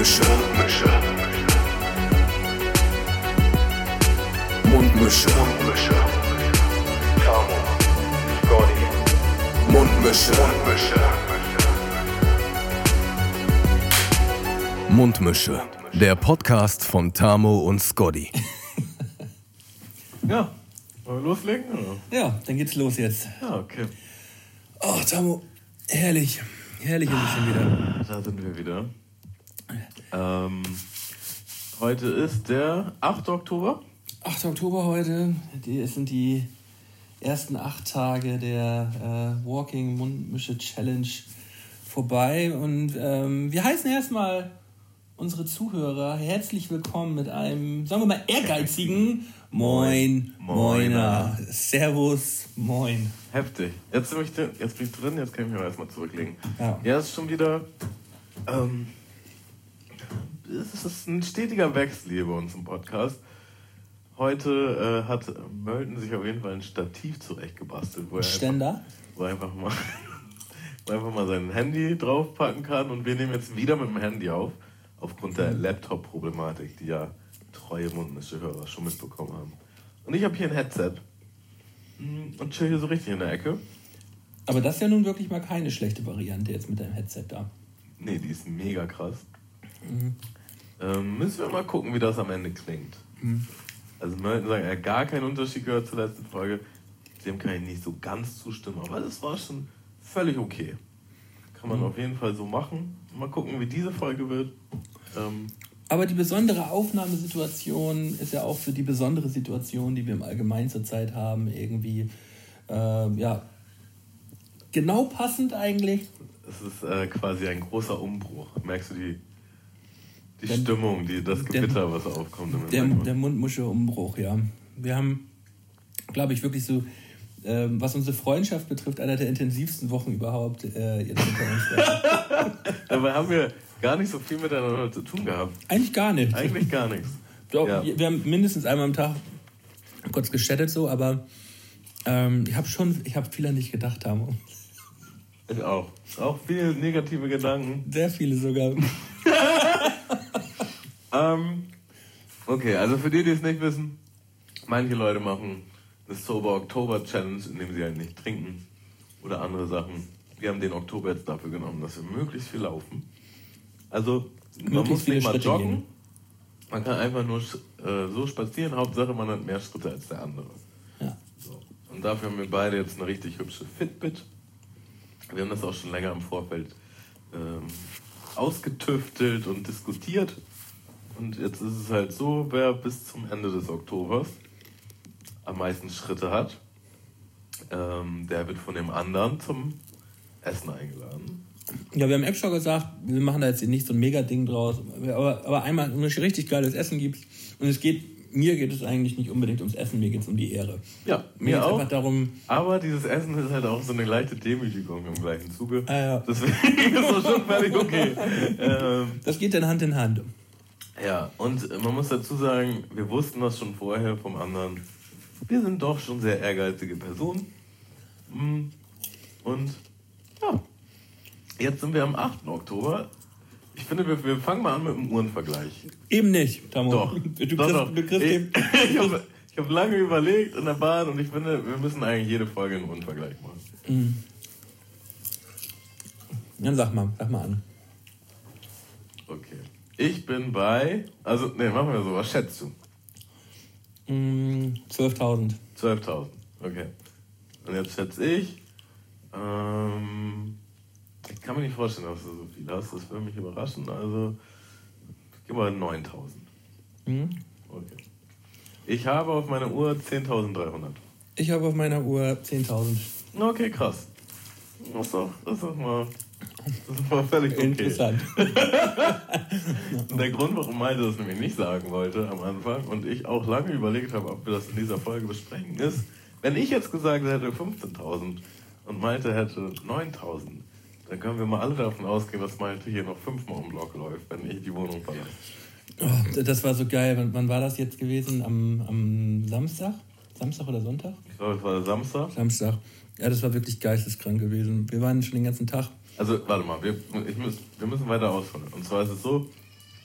Mundmische. Tamo, Scotty. Mundmische. Der Podcast von Tamo und Scotty. Ja, wollen wir loslegen? Oder? Ja, dann geht's los jetzt. Ja, okay. Oh, Tamo, herrlich. Herrlich ist es schon wieder. Da sind wir wieder. Heute ist der 8. Oktober. 8. Oktober heute. Es sind die ersten 8 Tage der Walking Mundmische Challenge vorbei. Und wir heißen erstmal unsere Herzlich willkommen mit einem, sagen wir mal, ehrgeizigen Moiner. Servus, moin. Heftig. Jetzt bin ich drin, jetzt kann ich mich erstmal zurücklegen. Ja, es ist schon wieder... es ist ein stetiger Wechsel hier bei uns im Podcast. Heute hat Mölten sich auf jeden Fall ein Stativ zurechtgebastelt, wo er einfach mal sein Handy draufpacken kann. Und wir nehmen jetzt wieder mit dem Handy auf, aufgrund der Laptop-Problematik, die ja treue Mundmische-Hörer schon mitbekommen haben. Und ich habe hier ein Headset und chill hier so richtig in der Ecke. aber das ist ja nun wirklich mal keine schlechte Variante jetzt mit deinem Headset da. Nee, die ist mega krass. Müssen wir mal gucken, wie das am Ende klingt. Also Mölten sagen, er hat gar keinen Unterschied gehört zur letzten Folge. Dem kann ich nicht so ganz zustimmen, aber das war schon völlig okay. Kann man auf jeden Fall so machen. Mal gucken, wie diese Folge wird. Aber die besondere Aufnahmesituation ist ja auch für die besondere Situation, die wir im Allgemeinen zurzeit haben, irgendwie genau passend eigentlich. Es ist quasi ein großer Umbruch. Merkst du die Stimmung, das Gewitter, was aufkommt? Der Mundmische-Umbruch, ja. Wir haben, glaube ich, wirklich so, was unsere Freundschaft betrifft, einer der intensivsten Wochen überhaupt jetzt hinter uns. Dabei haben wir gar nicht so viel miteinander zu tun gehabt. Eigentlich gar nicht. Eigentlich gar nichts. Doch, Ja. Wir haben mindestens einmal am Tag kurz geschattet so, aber ich habe viel an dich gedacht, Tamo. Ich auch. Auch viele negative Gedanken. Sehr viele sogar. Okay, also für die es nicht wissen, manche Leute machen eine Sober Oktober Challenge, indem sie halt nicht trinken oder andere Sachen. Wir haben den Oktober jetzt dafür genommen, dass wir möglichst viel laufen. Also man muss nicht mal joggen, man kann einfach nur so spazieren, Hauptsache man hat mehr Schritte als der andere. Ja. So. Und dafür haben wir beide jetzt eine richtig hübsche Fitbit. Wir haben das auch schon länger im Vorfeld ausgetüftelt und diskutiert. Und jetzt ist es halt so, wer bis zum Ende des Oktobers am meisten Schritte hat, der wird von dem anderen zum Essen eingeladen. Ja, wir haben extra gesagt, wir machen da jetzt nicht so ein Mega-Ding draus, aber einmal ein richtig geiles Essen gibt. Und mir geht es eigentlich nicht unbedingt ums Essen, mir geht es um die Ehre. Ja, mir auch. Einfach darum, aber dieses Essen ist halt auch so eine leichte Demütigung im gleichen Zuge. Ja. Deswegen ist das schon völlig okay. Das geht dann Hand in Hand. Ja, und man muss dazu sagen, wir wussten das schon vorher vom anderen. Wir sind doch schon sehr ehrgeizige Personen. Und ja, jetzt sind wir am 8. Oktober. Ich finde, wir fangen mal an mit dem Uhrenvergleich. Eben nicht, Tamo. Doch. Du kriegst den... Ich habe lange überlegt in der Bahn und ich finde, wir müssen eigentlich jede Folge einen Uhrenvergleich machen. Dann sag mal an. Okay. Ich bin bei... machen wir so. Was schätzt du? 12.000. 12.000. Okay. Und jetzt schätze ich... ich kann mir nicht vorstellen, dass du so viel hast. Das würde mich überraschen. Also, ich gebe mal 9.000. Okay. Ich habe auf meiner Uhr 10.300. Ich habe auf meiner Uhr 10.000. Okay, krass. Das ist doch mal völlig okay. Interessant. Der Grund, warum Malte das nämlich nicht sagen wollte am Anfang und ich auch lange überlegt habe, ob wir das in dieser Folge besprechen, ist, wenn ich jetzt gesagt hätte 15.000 und Malte hätte 9.000, dann können wir mal alle davon ausgehen, dass Malte hier noch 5-mal um Block läuft, wenn ich die Wohnung verlasse. Oh, das war so geil. Wann war das jetzt gewesen? Am Samstag? Samstag oder Sonntag? Ich glaube, es war Samstag. Samstag. Ja, das war wirklich geisteskrank gewesen. Wir waren schon den ganzen Tag. Also, warte mal, wir müssen weiter ausholen. Und zwar ist es so,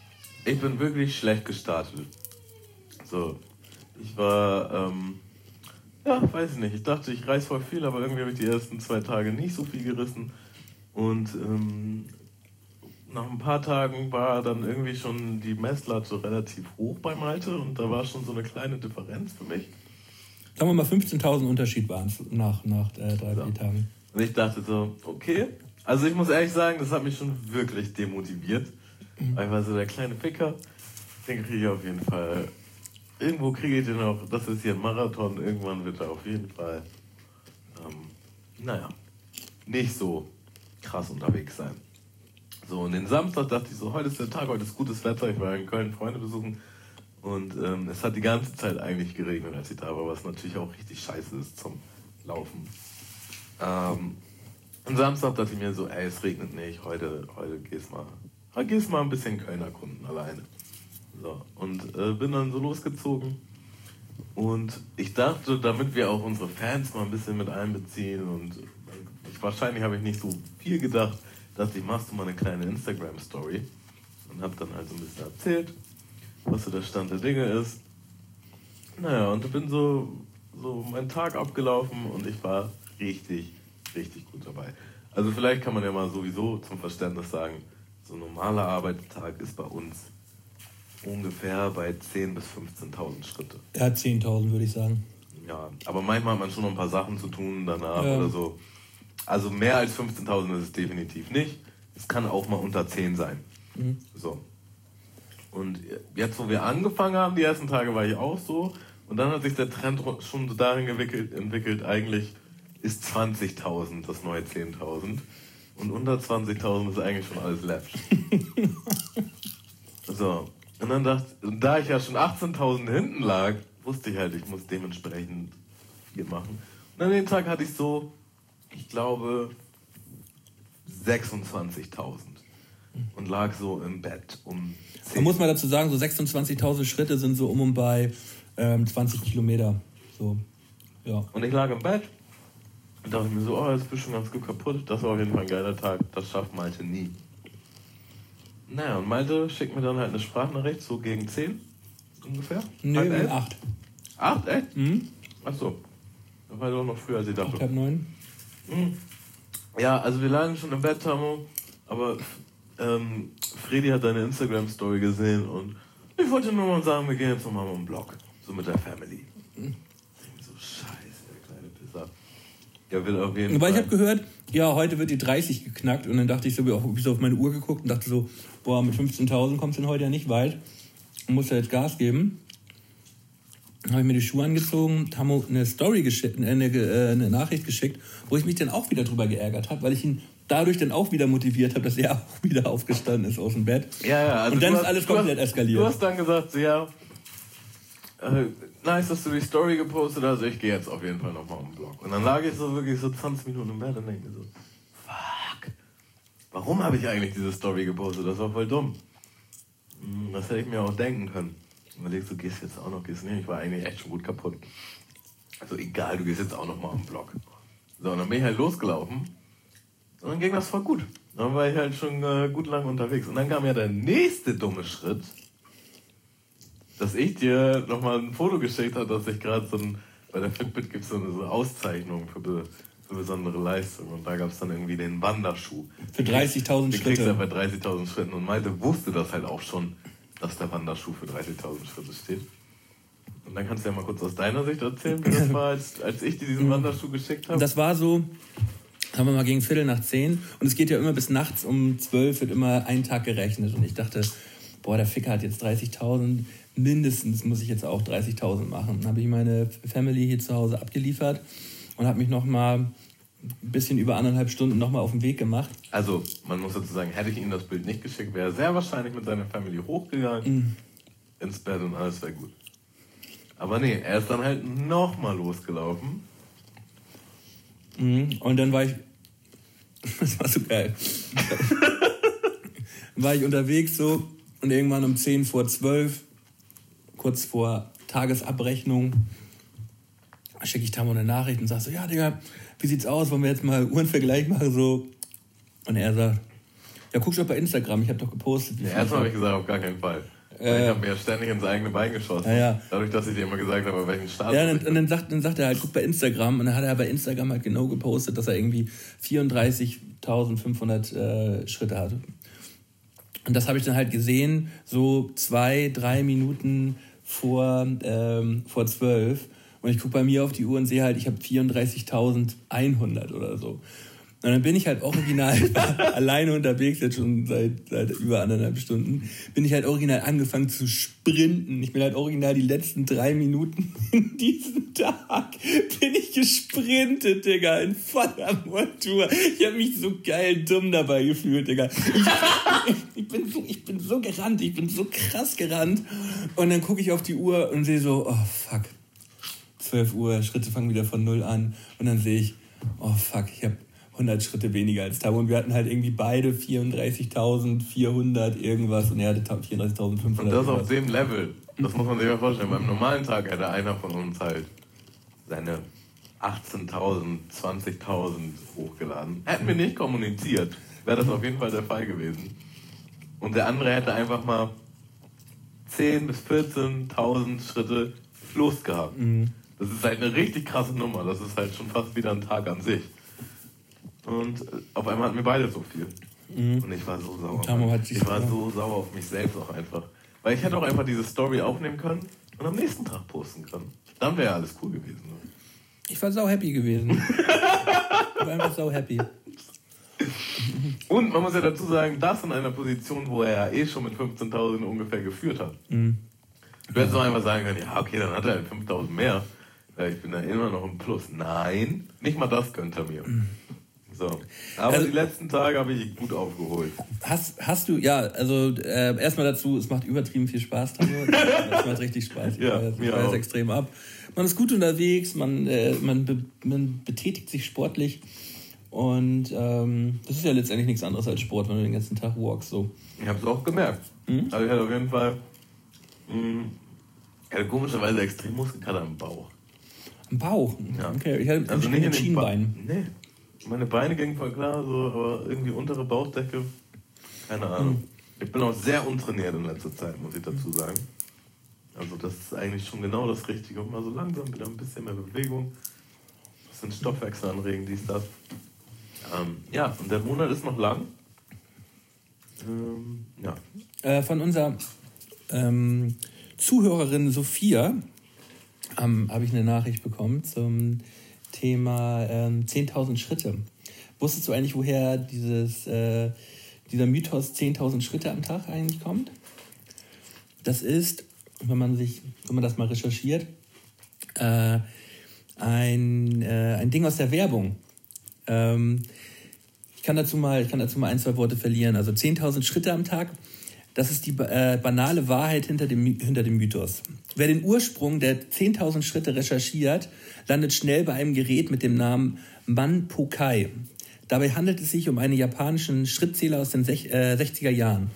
ich bin wirklich schlecht gestartet. So, ich war, weiß ich nicht. Ich dachte, ich reiß voll viel, aber irgendwie habe ich die ersten 2 Tage nicht so viel gerissen. Und nach ein paar Tagen war dann irgendwie schon die Messlatte relativ hoch bei Malte und da war schon so eine kleine Differenz für mich. Sagen wir mal 15.000 Unterschied waren es nach 3-4 Tagen. Und ich dachte so, okay. Also ich muss ehrlich sagen, das hat mich schon wirklich demotiviert. Einfach so der kleine Ficker, den kriege ich auf jeden Fall. Irgendwo kriege ich den auch, das ist hier ein Marathon, irgendwann wird er auf jeden Fall, nicht so krass unterwegs sein. So, und den Samstag dachte ich so, heute ist der Tag, heute ist gutes Wetter, ich war in Köln Freunde besuchen und es hat die ganze Zeit eigentlich geregnet, als ich da war, was natürlich auch richtig scheiße ist zum Laufen. Am Samstag dachte ich mir so, es regnet nicht, heute gehst mal ein bisschen Köln erkunden, alleine. So, und bin dann so losgezogen und ich dachte, damit wir auch unsere Fans mal ein bisschen mit einbeziehen und wahrscheinlich habe ich nicht so viel gedacht, dachte ich, machst du mal eine kleine Instagram-Story und habe dann halt so ein bisschen erzählt, was so der Stand der Dinge ist. Naja, und ich bin so meinen Tag abgelaufen und ich war richtig, richtig gut dabei. Also vielleicht kann man ja mal sowieso zum Verständnis sagen, so ein normaler Arbeitstag ist bei uns ungefähr bei 10.000 bis 15.000 Schritte. Ja, 10.000 würde ich sagen. Ja, aber manchmal hat man schon noch ein paar Sachen zu tun danach oder so. Also mehr als 15.000 ist es definitiv nicht. Es kann auch mal unter 10 sein. Mhm. So. Und jetzt, wo wir angefangen haben, die ersten Tage war ich auch so. Und dann hat sich der Trend schon so dahin entwickelt, eigentlich ist 20.000 das neue 10.000. Und unter 20.000 ist eigentlich schon alles läppisch. So. Und dann da ich ja schon 18.000 hinten lag, wusste ich halt, ich muss dementsprechend viel machen. Und an dem Tag hatte ich so, ich glaube, 26.000 und lag so im Bett um 10. Man muss mal dazu sagen, so 26.000 Schritte sind so um bei 20 Kilometer. So, ja. Und ich lag im Bett und dachte mir so, jetzt bist du schon ganz gut kaputt. Das war auf jeden Fall ein geiler Tag. Das schafft Malte nie. Naja, und Malte schickt mir dann halt eine Sprachnachricht, so gegen 10 ungefähr. Nee, gegen 8. 8, echt? Mhm. Achso. Das war doch noch früher, als ich dachte. 8:30. Ja, also wir lagen schon im Bett, Tamo, aber Fredi hat deine Instagram-Story gesehen und ich wollte nur mal sagen, wir gehen jetzt nochmal um den Block, so mit der Family. So scheiße, der kleine Pisser. Ja, will auf jeden Fall. Ich habe gehört, ja, heute wird die 30 geknackt und dann dachte ich so, hab ich so auf meine Uhr geguckt und dachte so, boah, mit 15.000 kommst du denn heute ja nicht weit und musst ja jetzt Gas geben. Dann habe ich mir die Schuhe angezogen, Tamo eine Story geschickt, eine Nachricht geschickt, wo ich mich dann auch wieder drüber geärgert habe, weil ich ihn dadurch dann auch wieder motiviert habe, dass er auch wieder aufgestanden ist aus dem Bett. Ja, also und dann ist alles komplett eskaliert. Du hast dann gesagt, so, ja, nice, dass du die Story gepostet hast, ich gehe jetzt auf jeden Fall nochmal um den Block. Und dann lag ich so wirklich so 20 Minuten im Bett und denke mir so, fuck, warum habe ich eigentlich diese Story gepostet? Das war voll dumm. Das hätte ich mir auch denken können. Und überlegst du, gehst jetzt auch noch, gehst nicht. Ich war eigentlich echt schon gut kaputt. Also egal, du gehst jetzt auch noch mal am Block. So, und dann bin ich halt losgelaufen. Und dann ging das voll gut. Dann war ich halt schon gut lang unterwegs. Und dann kam ja der nächste dumme Schritt, dass ich dir nochmal ein Foto geschickt habe, dass ich gerade bei der Fitbit gibt es so eine Auszeichnung für besondere Leistung. Und da gab es dann irgendwie den Wanderschuh. Für 30.000 Schritte. Den kriegst du ja bei 30.000 Schritten. Und Malte wusste das halt auch schon, dass der Wanderschuh für 30.000 Schritte steht. Und dann kannst du ja mal kurz aus deiner Sicht erzählen, wie das war, als ich dir diesen Wanderschuh geschickt habe. Das war so, sagen wir mal, gegen 9:45. Und es geht ja immer bis nachts um 12, wird immer ein Tag gerechnet. Und ich dachte, boah, der Ficker hat jetzt 30.000, mindestens muss ich jetzt auch 30.000 machen. Dann habe ich meine Family hier zu Hause abgeliefert und habe mich nochmal ein bisschen über 1,5 Stunden nochmal auf den Weg gemacht. Also, man muss dazu sagen, hätte ich ihm das Bild nicht geschickt, wäre er sehr wahrscheinlich mit seiner Family hochgegangen, ins Bett und alles wäre gut. Aber nee, er ist dann halt nochmal losgelaufen. Und dann war ich, das war so geil, war ich unterwegs so und irgendwann um 10:10, kurz vor Tagesabrechnung, schicke ich Tamo eine Nachricht und sage so, ja Digga, wie sieht's aus, wollen wir jetzt mal Uhrenvergleich machen, so. Und er sagt, ja, guck schon bei Instagram, ich habe doch gepostet. Ja, erstmal habe ich gesagt, auf gar keinen Fall. Ich habe mir ja ständig ins eigene Bein geschossen. Ja. Dadurch, dass ich dir immer gesagt habe, welchen Start. Ja, und dann sagt er halt, guck bei Instagram. Und dann hat er bei Instagram halt genau gepostet, dass er irgendwie 34.500 Schritte hat. Und das habe ich dann halt gesehen, so 2-3 Minuten vor 12. Und ich gucke bei mir auf die Uhr und sehe halt, ich habe 34.100 oder so. Und dann bin ich halt original alleine unterwegs, jetzt schon seit über 1,5 Stunden, bin ich halt original angefangen zu sprinten. Ich bin halt original die letzten 3 Minuten in diesem Tag bin ich gesprintet, Digga, in voller Montur. Ich habe mich so geil dumm dabei gefühlt, Digga. Ich bin so gerannt, ich bin so krass gerannt. Und dann gucke ich auf die Uhr und sehe so, oh fuck, 12 Uhr, Schritte fangen wieder von 0 an. Und dann sehe ich, oh fuck, ich habe 100 Schritte weniger als Tamo. Und wir hatten halt irgendwie beide 34.400 irgendwas und er hatte 34.500. Und das auf dem Level. Das muss man sich mal vorstellen. Beim normalen Tag hätte einer von uns halt seine 18.000, 20.000 hochgeladen. Hätten wir nicht kommuniziert, wäre das auf jeden Fall der Fall gewesen. Und der andere hätte einfach mal 10.000 bis 14.000 Schritte Fluss gehabt. Mhm. Das ist halt eine richtig krasse Nummer. Das ist halt schon fast wieder ein Tag an sich. Und auf einmal hatten wir beide so viel. Mhm. Und ich war so sauer. Ich war so sauer auf mich selbst auch einfach. Weil ich hätte auch einfach diese Story aufnehmen können und am nächsten Tag posten können. Dann wäre alles cool gewesen. Ich war sau happy gewesen. Ich war einfach sau happy. Und man muss ja dazu sagen, das in einer Position, wo er ja schon mit 15.000 ungefähr geführt hat. Mhm. Du hättest doch einfach sagen können, ja okay, dann hat er halt 5.000 mehr. Ich bin da immer noch im Plus. Nein, nicht mal das gönnt er mir. So. Aber also, die letzten Tage habe ich gut aufgeholt. Hast du, ja, also erstmal dazu, es macht übertrieben viel Spaß, Tamo. Es macht richtig Spaß. Ich feiere es extrem ab. Man ist gut unterwegs, man betätigt sich sportlich und das ist ja letztendlich nichts anderes als Sport, wenn du den ganzen Tag walkst. So. Ich habe es auch gemerkt. Also ich hatte auf jeden Fall komischerweise extrem Muskelkater im Bauch. Im Bauch? Ja. Okay, ich hatte also nicht in den Schienbeinen. Nee. Meine Beine gingen voll klar, so, aber irgendwie untere Bauchdecke, keine Ahnung. Ich bin auch sehr untrainiert in letzter Zeit, muss ich dazu sagen. Also das ist eigentlich schon genau das Richtige. Mal so langsam wieder ein bisschen mehr Bewegung, ein bisschen Stoffwechsel anregen, dies, das. Ja, und der Monat ist noch lang. Ja. Von unserer Zuhörerin Sophia habe ich eine Nachricht bekommen zum Thema 10.000 Schritte. Wusstest du eigentlich, woher dieser Mythos 10.000 Schritte am Tag eigentlich kommt? Das ist, wenn man das mal recherchiert, ein Ding aus der Werbung. Ich kann dazu mal 1-2 Worte verlieren. Also 10.000 Schritte am Tag, das ist die banale Wahrheit hinter dem Mythos. Wer den Ursprung der 10.000 Schritte recherchiert, landet schnell bei einem Gerät mit dem Namen Manpokai. Dabei handelt es sich um einen japanischen Schrittzähler aus den 60er Jahren.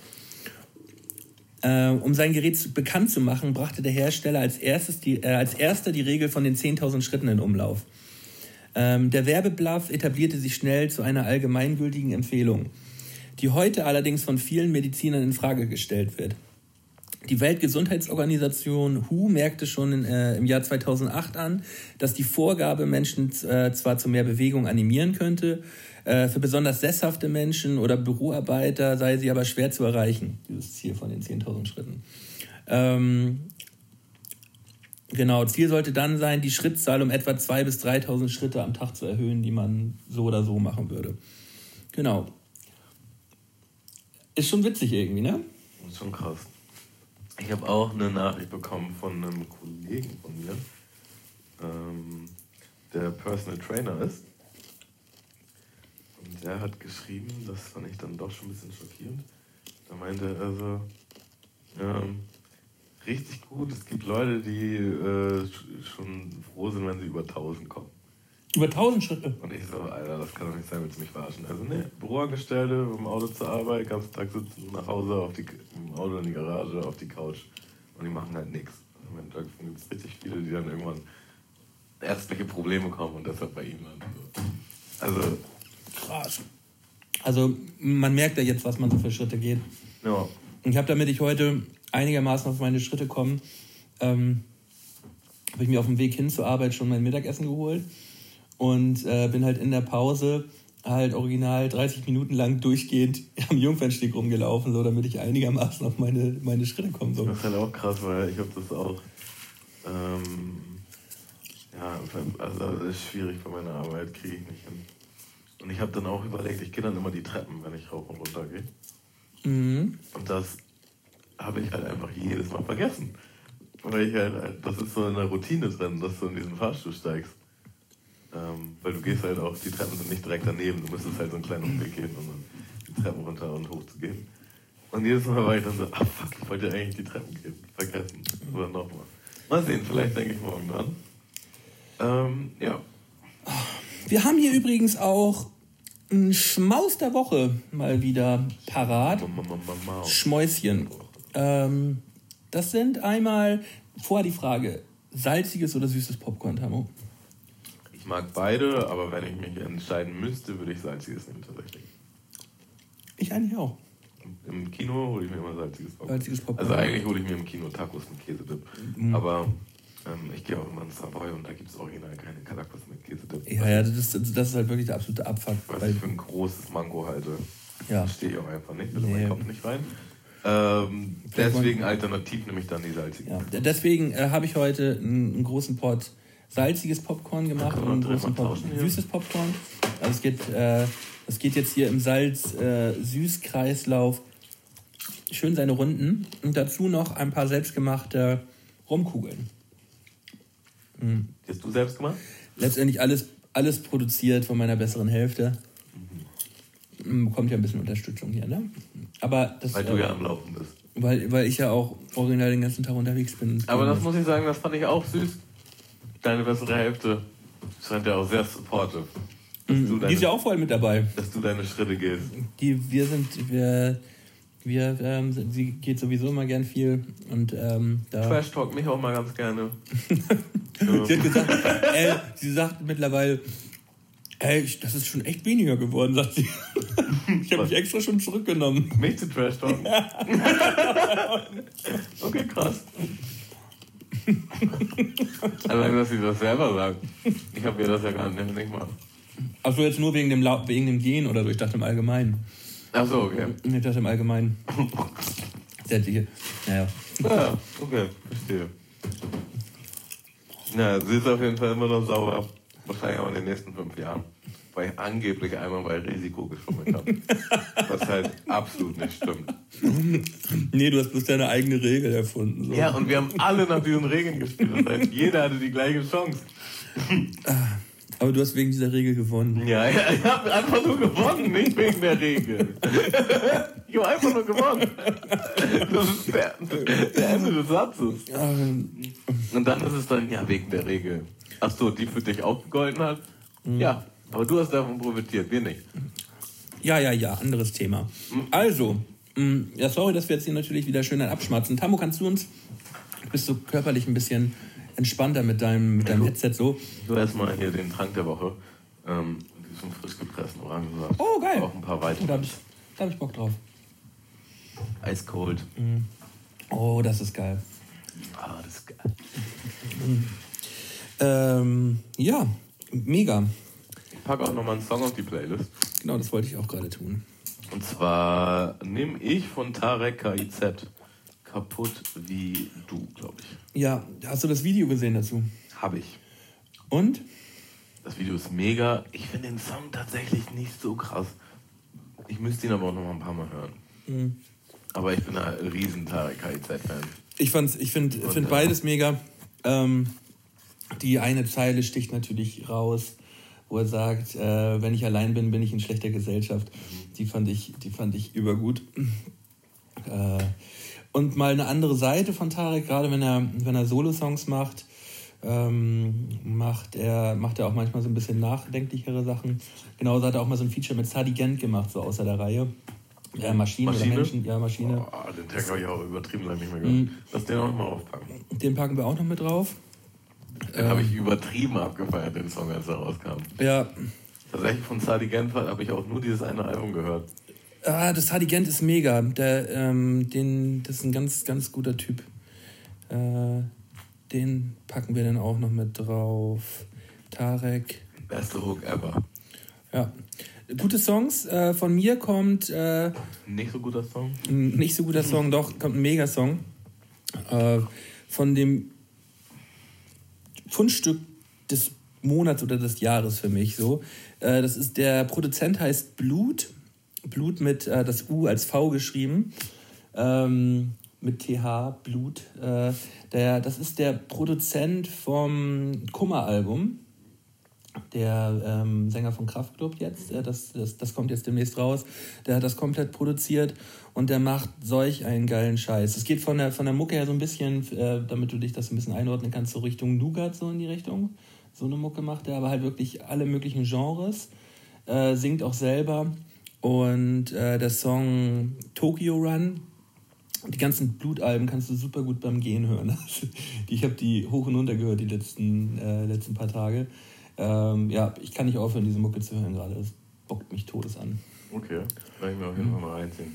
Um sein Gerät bekannt zu machen, brachte der Hersteller als erster die Regel von den 10.000 Schritten in Umlauf. Der Werbebluff etablierte sich schnell zu einer allgemeingültigen Empfehlung, die heute allerdings von vielen Medizinern in Frage gestellt wird. Die Weltgesundheitsorganisation WHO merkte schon im Jahr 2008 an, dass die Vorgabe Menschen zwar zu mehr Bewegung animieren könnte, für besonders sesshafte Menschen oder Büroarbeiter sei sie aber schwer zu erreichen, dieses Ziel von den 10.000 Schritten. Genau, Ziel sollte dann sein, die Schrittzahl um etwa 2.000 bis 3.000 Schritte am Tag zu erhöhen, die man so oder so machen würde. Genau. Ist schon witzig irgendwie, ne? Das ist schon krass. Ich habe auch eine Nachricht bekommen von einem Kollegen von mir, der Personal Trainer ist. Und der hat geschrieben, das fand ich dann doch schon ein bisschen schockierend. Da meinte er also, richtig gut, es gibt Leute, die schon froh sind, wenn sie über 1.000 kommen. Über 1.000 Schritte? Und ich so, Alter, das kann doch nicht sein, willst du mich verarschen? Also ne, Büroangestellte, mit dem Auto zur Arbeit, ganzen Tag sitzen, nach Hause, im Auto in die Garage, auf die Couch. Und die machen halt nichts. Also da gibt es richtig viele, die dann irgendwann ärztliche Probleme bekommen und deshalb bei ihnen landen. Also krass. Also man merkt ja jetzt, was man so für Schritte geht. Ja. Und ich habe, damit ich heute einigermaßen auf meine Schritte komme, habe ich mir auf dem Weg hin zur Arbeit schon mein Mittagessen geholt und bin halt in der Pause halt original 30 Minuten lang durchgehend am Jungfernstieg rumgelaufen, so damit ich einigermaßen auf meine Schritte kommen soll. Das ist halt auch krass, weil ich habe das auch, also das ist schwierig bei meiner Arbeit, kriege ich nicht hin. Und ich habe dann auch überlegt, ich gehe dann immer die Treppen, wenn ich rauf und runter gehe. Mhm. Und das habe ich halt einfach jedes Mal vergessen. Weil ich halt, das ist so in der Routine drin, dass du in diesen Fahrstuhl steigst. Weil du gehst halt auch, die Treppen sind nicht direkt daneben, du müsstest halt so einen kleinen Weg gehen, um dann die Treppen runter und hoch zu gehen. Und jedes Mal war ich dann so, fuck, ich wollte ja eigentlich die Treppen gehen. Vergessen. Oder nochmal. Mal sehen, vielleicht denke ich morgen dran. Ja. Wir haben hier übrigens auch einen Schmaus der Woche mal wieder parat. Schmäuschen. Das sind einmal, vorher die Frage, salziges oder süßes Popcorn, Tamo? Ich mag beide, aber wenn ich mich entscheiden müsste, würde ich salziges nehmen tatsächlich. Ich eigentlich auch. Im Kino hole ich mir immer salziges Popcorn. Salziges Popcorn. Also eigentlich hole ich mir im Kino Tacos mit Käsedip. Mhm. Aber ich gehe auch immer ins Savoy und da gibt es original keine Tacos mit Käsedip. Ja, das ist halt wirklich der absolute Abfuck. Was ich für ein großes Mango halte. Ja. Stehe ich auch einfach nicht, bitte meinen Kopf nicht rein. Deswegen alternativ nehme ich dann die salzigen. Ja. Deswegen habe ich heute einen großen Pot salziges Popcorn gemacht und einen großen Pot süßes Popcorn. Also es geht jetzt hier im Salz-Süß-Kreislauf schön seine Runden. Und dazu noch ein paar selbstgemachte Rumkugeln. Die hast du selbst gemacht? Letztendlich alles produziert von meiner besseren Hälfte. Bekommt ja ein bisschen Unterstützung hier, ne? Aber das, weil du ja am Laufen bist. Weil ich ja auch original den ganzen Tag unterwegs bin. Aber das muss ich sagen, das fand ich auch süß. Deine bessere Hälfte scheint ja auch sehr supportive. Die ist ja auch voll mit dabei. Dass du deine Schritte gehst. Sie geht sowieso immer gern viel. Und, Trash Talk mich auch mal ganz gerne. Sie hat gesagt, sie sagt mittlerweile, das ist schon echt weniger geworden, sagt sie. Ich habe mich extra schon zurückgenommen. Mich zu Trash Talk? Okay, krass. Allein, dass sie das selber sagt. Ich habe ihr das ja gar nicht mal. Achso, jetzt nur wegen dem Gehen oder so? Ich dachte im Allgemeinen. Achso, okay. Ich dachte im Allgemeinen. Sämtliche. Naja. Ja, okay, verstehe. Naja, sie ist auf jeden Fall immer noch sauer. Wahrscheinlich auch in den nächsten 5 Jahren. Weil ich angeblich einmal bei Risiko geschummelt habe. Was halt absolut nicht stimmt. Nee, du hast bloß deine eigene Regel erfunden. So. Ja, und wir haben alle nach diesen Regeln gespielt. Das heißt, jeder hatte die gleiche Chance. Aber du hast wegen dieser Regel gewonnen. Ja, ich habe einfach nur gewonnen, nicht wegen der Regel. Ich habe einfach nur gewonnen. Das ist der Ende des Satzes. Und dann ist es dann, ja, wegen der Regel. Ach so, die für dich auch gegolten hat? Ja, aber du hast davon profitiert, wir nicht. Ja, anderes Thema. Also, ja, sorry, dass wir jetzt hier natürlich wieder schön abschmatzen. Tamo, bist du körperlich ein bisschen entspannter mit deinem Headset so? Ich will erstmal hier den Trank der Woche. Diesen frisch gepressten Orangensaft. Oh, geil. Auch ein paar weitere. Da hab ich Bock drauf. Ice cold. Oh, das ist geil. Ah, das ist geil. Ja, mega. Ich packe auch nochmal einen Song auf die Playlist. Genau, das wollte ich auch gerade tun. Und zwar nehme ich von Tarek KIZ Kaputt wie du, glaube ich. Ja, hast du das Video gesehen dazu? Habe ich. Und? Das Video ist mega. Ich finde den Song tatsächlich nicht so krass. Ich müsste ihn aber auch noch mal ein paar Mal hören. Aber ich bin ein riesen Tarek KIZ-Fan. Ich finde beides mega. Die eine Zeile sticht natürlich raus, wo er sagt, wenn ich allein bin, bin ich in schlechter Gesellschaft. Die fand ich übergut. Und mal eine andere Seite von Tarek, gerade wenn er Solo-Songs macht, macht er auch manchmal so ein bisschen nachdenklichere Sachen. Genauso hat er auch mal so ein Feature mit Sadi Gent gemacht, so außer der Reihe. Maschine oder Menschen, ja, Maschine. Oh, den Tag habe ich auch übertrieben lange nicht mehr gehört. Lass den auch noch mal aufpacken. Den packen wir auch noch mit drauf. Den habe ich übertrieben abgefeiert, den Song, als er rauskam. Ja. Tatsächlich von Sadi Gent habe ich auch nur dieses eine Album gehört. Das Hardy Gent ist mega. Das ist ein ganz, ganz guter Typ. Den packen wir dann auch noch mit drauf. Tarek. Beste Hook ever. Ja. Gute Songs. Von mir kommt... nicht so guter Song? Nicht so guter Song, doch. Kommt ein Megasong. Von dem Fundstück des Monats oder des Jahres für mich. So. Das ist, der Produzent heißt Blut. Blut mit das U als V geschrieben. Mit TH, Blut. Das ist der Produzent vom Kummer-Album. Der Sänger von Kraftklub jetzt, das kommt jetzt demnächst raus, der hat das komplett produziert und der macht solch einen geilen Scheiß. Es geht von der Mucke her so ein bisschen, damit du dich das ein bisschen einordnen kannst, so Richtung Nougat, so in die Richtung. So eine Mucke macht er, aber halt wirklich alle möglichen Genres, singt auch selber und der Song Tokyo Run, die ganzen Blutalben kannst du super gut beim Gehen hören. Ich habe die hoch und runter gehört die letzten paar Tage. Ich kann nicht aufhören, diese Mucke zu hören gerade. Das bockt mich todes an. Okay, kann ich mir auf jeden Fall mal reinziehen.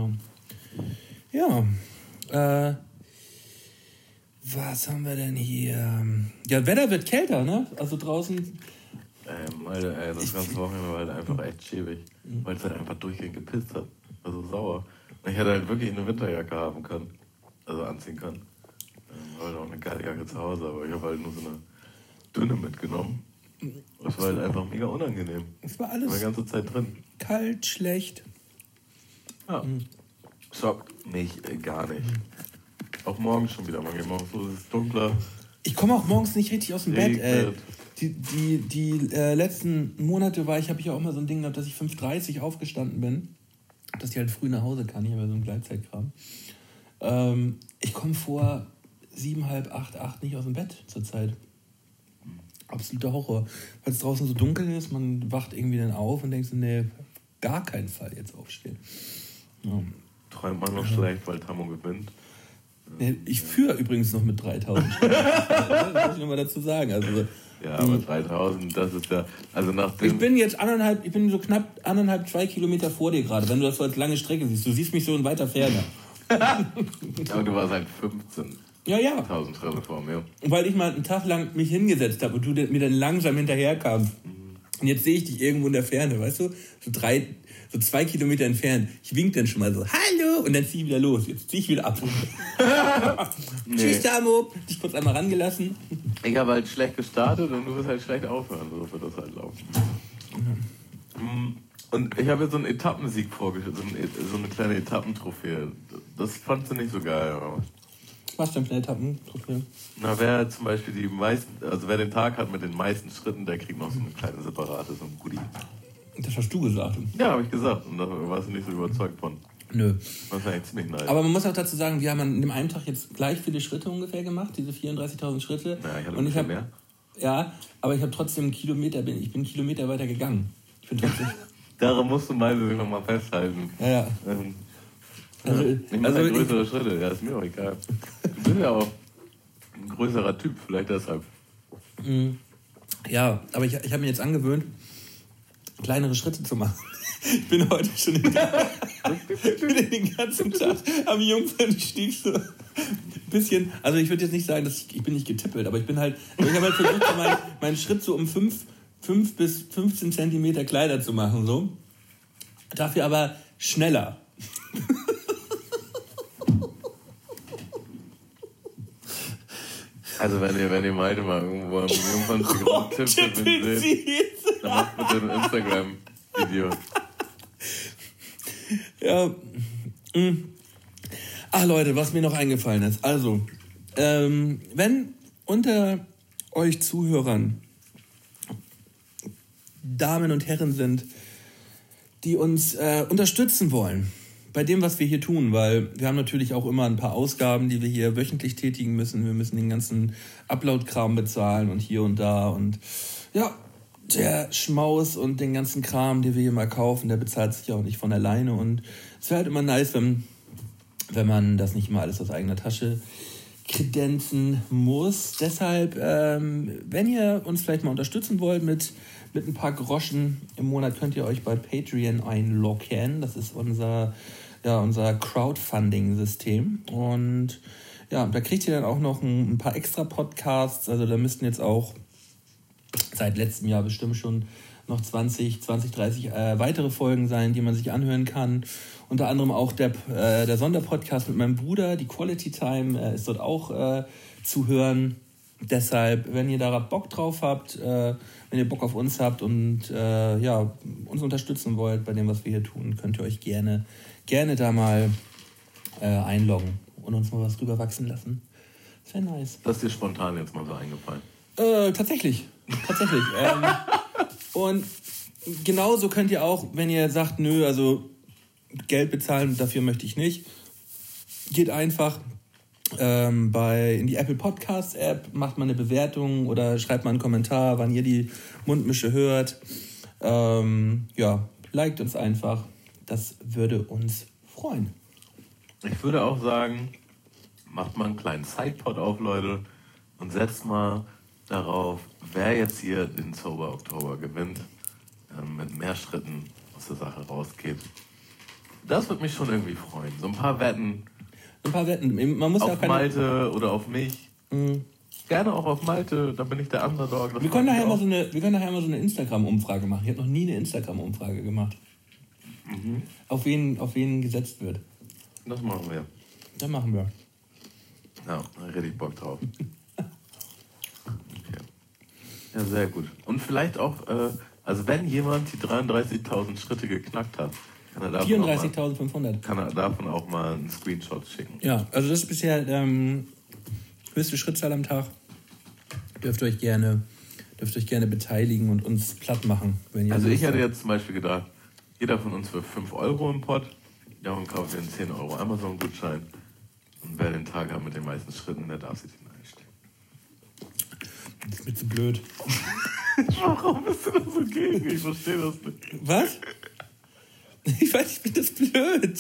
Ja. Was haben wir denn hier? Ja, Wetter wird kälter, ne? Also draußen... Alter, das ganze Wochenende war halt einfach echt schäbig. Weil es halt einfach durchgehend gepisst hat. Also sauer. Und ich hätte halt wirklich eine Winterjacke haben können. Also anziehen können. Ich habe halt auch eine geile Jacke zu Hause, aber ich habe halt nur so eine dünne mitgenommen. Das war halt einfach mega unangenehm. Es war alles die ganze Zeit drin. Kalt, schlecht. Ja. Schockt mich gar nicht. Auch morgens schon wieder. Man geht morgens so, es ist dunkler. Ich komme auch morgens nicht richtig aus dem Bett, ey. Die letzten Monate habe ich ja auch mal so ein Ding gehabt, dass ich 5:30 aufgestanden bin. Dass ich halt früh nach Hause kann. Ich habe ja so einen Gleitzeitkram. Ich komme vor 7, halb 8 nicht aus dem Bett zurzeit. Absoluter Horror. Weil es draußen so dunkel ist, man wacht irgendwie dann auf und denkt so, nee, gar keinen Fall jetzt aufstehen. Ja. Träumt man noch schlecht, weil Tammo gewinnt. Ich führe übrigens noch mit 3000 Stunden. Das muss ich nochmal dazu sagen. Also, ja, aber 3000, das ist ja... Also ich bin so knapp 2 Kilometer vor dir gerade, wenn du das so als lange Strecke siehst. Du siehst mich so in weiter Ferne. Aber du warst halt 15. Ja. 1000 Schritte vor mir. Weil ich mal einen Tag lang mich hingesetzt habe und du mir dann langsam hinterherkamst. Und jetzt sehe ich dich irgendwo in der Ferne, weißt du? So 2 Kilometer entfernt. Ich wink dann schon mal so, hallo! Und dann zieh ich wieder los. Jetzt zieh ich wieder ab. Tschüss, Tamo! Dich kurz einmal rangelassen. Ich habe halt schlecht gestartet und du wirst halt schlecht aufhören. So wird das halt laufen. Und ich habe jetzt so einen Etappensieg vorgestellt. So eine kleine Etappentrophäe. Das fandst du nicht so geil, oder? Was denn für eine Etappentrophäe? Na, wer zum Beispiel wer den Tag hat mit den meisten Schritten, der kriegt noch so eine kleine separate, so ein Goodie. Das hast du gesagt. Ja, habe ich gesagt. Und da warst du nicht so überzeugt von. Nö. Das ist eigentlich ziemlich nice. Aber man muss auch dazu sagen, wir haben an dem einen Tag jetzt gleich viele Schritte ungefähr gemacht, diese 34.000 Schritte. Ja, ich hatte ein bisschen mehr. Ja, aber ich habe trotzdem ich bin einen Kilometer weiter gegangen. Ich bin trotzdem... Daran musst du mal nochmal festhalten. Ja. Ich mache größere Schritte, ja, ist mir auch egal. Du bist ja auch ein größerer Typ, vielleicht deshalb. Ja, aber ich habe mir jetzt angewöhnt, kleinere Schritte zu machen. Ich bin heute schon den ganzen Tag am Jungfernstieg so ein bisschen, also ich würde jetzt nicht sagen, ich bin nicht getippelt, aber ich habe halt versucht, meinen Schritt so um 5 bis 15 Zentimeter kleiner zu machen, so. Dafür aber schneller. Also wenn ihr Malte mal irgendwo am Jungfernstieg rumtippt, dann macht bitte ein Instagram-Video. Ja. Ach Leute, was mir noch eingefallen ist. Also, wenn unter euch Zuhörern Damen und Herren sind, die uns unterstützen wollen bei dem, was wir hier tun, weil wir haben natürlich auch immer ein paar Ausgaben, die wir hier wöchentlich tätigen müssen. Wir müssen den ganzen Upload-Kram bezahlen und hier und da und ja, der Schmaus und den ganzen Kram, den wir hier mal kaufen, der bezahlt sich ja auch nicht von alleine und es wäre halt immer nice, wenn man das nicht immer alles aus eigener Tasche kredenzen muss. Deshalb, wenn ihr uns vielleicht mal unterstützen wollt mit Mit ein paar Groschen im Monat könnt ihr euch bei Patreon einloggen. Das ist unser Crowdfunding-System. Und ja, da kriegt ihr dann auch noch ein paar extra Podcasts. Also da müssten jetzt auch seit letztem Jahr bestimmt schon noch 20, 30 weitere Folgen sein, die man sich anhören kann. Unter anderem auch der Sonderpodcast mit meinem Bruder, die Quality Time, ist dort auch zu hören. Deshalb, wenn ihr da Bock drauf habt, wenn ihr Bock auf uns habt und uns unterstützen wollt bei dem, was wir hier tun, könnt ihr euch gerne da mal einloggen und uns mal was drüber wachsen lassen. Das wäre nice. Das ist dir spontan jetzt mal so eingefallen? Tatsächlich. Und genauso könnt ihr auch, wenn ihr sagt, nö, also Geld bezahlen, dafür möchte ich nicht, geht einfach in die Apple Podcasts App, macht mal eine Bewertung oder schreibt mal einen Kommentar, wann ihr die Mundmische hört. Liked uns einfach. Das würde uns freuen. Ich würde auch sagen, macht mal einen kleinen Sidepod auf, Leute, und setzt mal darauf, wer jetzt hier den Sober Oktober gewinnt, mit mehr Schritten aus der Sache rausgeht. Das würde mich schon irgendwie freuen. So ein paar Wetten. Man muss auf Malte oder auf mich. Gerne auch auf Malte, da bin ich der Underdog. Wir können nachher mal so eine Instagram-Umfrage machen. Ich habe noch nie eine Instagram-Umfrage gemacht. Mhm. Auf wen gesetzt wird. Das machen wir. Das machen wir. Ja, da hätte ich Bock drauf. Okay. Ja, sehr gut. Und vielleicht auch, also wenn jemand die 33.000 Schritte geknackt hat, 34.500. Kann er davon auch mal einen Screenshot schicken. Ja, also das ist bisher höchste Schrittzahl am Tag. Dürft euch gerne beteiligen und uns platt machen. Wenn ihr also ich hätte jetzt zum Beispiel gedacht, jeder von uns für 5 Euro im Pott, ja, und kauft den 10 Euro Amazon-Gutschein. Und wer den Tag hat mit den meisten Schritten, der darf sich den einstecken. Das ist mir zu blöd. Warum bist du da so gegen? Ich verstehe das nicht. Was? Ich weiß, ich finde das blöd.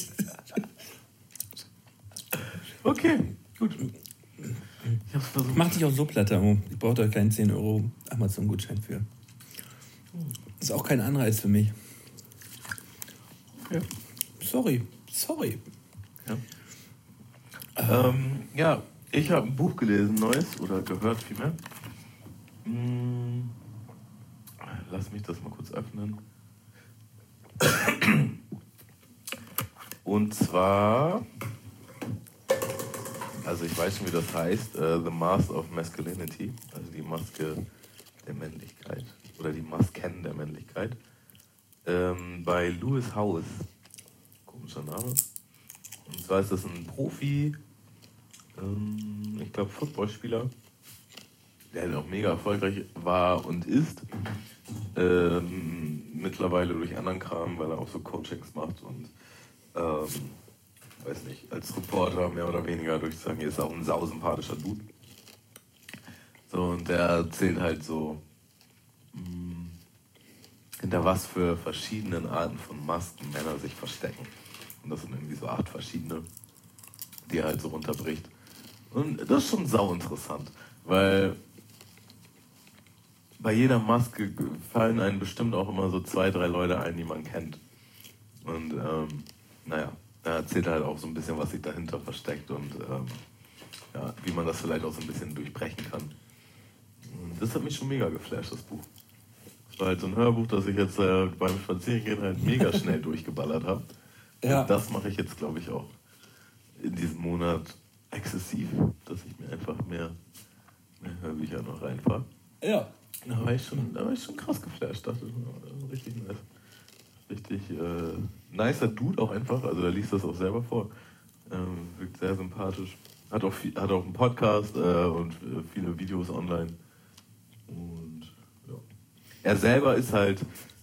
Okay, gut. Mach dich auch so platt, Amo. Ich brauche da keinen 10 Euro Amazon-Gutschein für. Das ist auch kein Anreiz für mich. Ja. Sorry. Ja. Ich habe ein Buch gelesen, neues, oder gehört vielmehr. Lass mich das mal kurz öffnen. Und zwar, also ich weiß schon, wie das heißt, The Mask of Masculinity, also die Maske der Männlichkeit, oder die Masken der Männlichkeit, bei Lewis Howes, komischer Name. Und zwar ist das ein Profi, ich glaube Footballspieler, der auch mega erfolgreich war und ist, mittlerweile durch anderen Kram, weil er auch so Coachings macht und weiß nicht, als Reporter mehr oder weniger durchzusagen, hier ist auch ein sausympathischer Dude. So, und der erzählt halt so, hinter was für verschiedenen Arten von Masken Männer sich verstecken. Und das sind irgendwie so 8 verschiedene, die er halt so runterbricht. Und das ist schon sau interessant, weil bei jeder Maske fallen einem bestimmt auch immer so 2, 3 Leute ein, die man kennt. Und er erzählt halt auch so ein bisschen, was sich dahinter versteckt und wie man das vielleicht auch so ein bisschen durchbrechen kann. Und das hat mich schon mega geflasht, das Buch. Das war halt so ein Hörbuch, das ich jetzt beim Spazierengehen halt mega schnell durchgeballert habe. Ja. Und das mache ich jetzt, glaube ich, auch in diesem Monat exzessiv, dass ich mir einfach mehr Hörbücher noch reinfahre. Ja. Da war ich schon krass geflasht. Dachte, richtig nice. Richtig nicer Dude auch einfach. Also der liest das auch selber vor. Wirkt sehr sympathisch. Hat auch einen Podcast und viele Videos online. Und ja. Er selber ist halt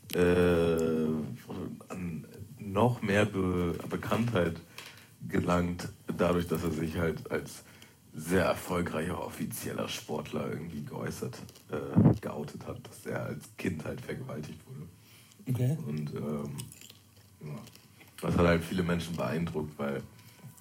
an noch mehr Bekanntheit gelangt, dadurch, dass er sich halt als sehr erfolgreicher offizieller Sportler irgendwie geoutet hat, dass er als Kind halt vergewaltigt wurde. Okay. Und das hat halt viele Menschen beeindruckt, weil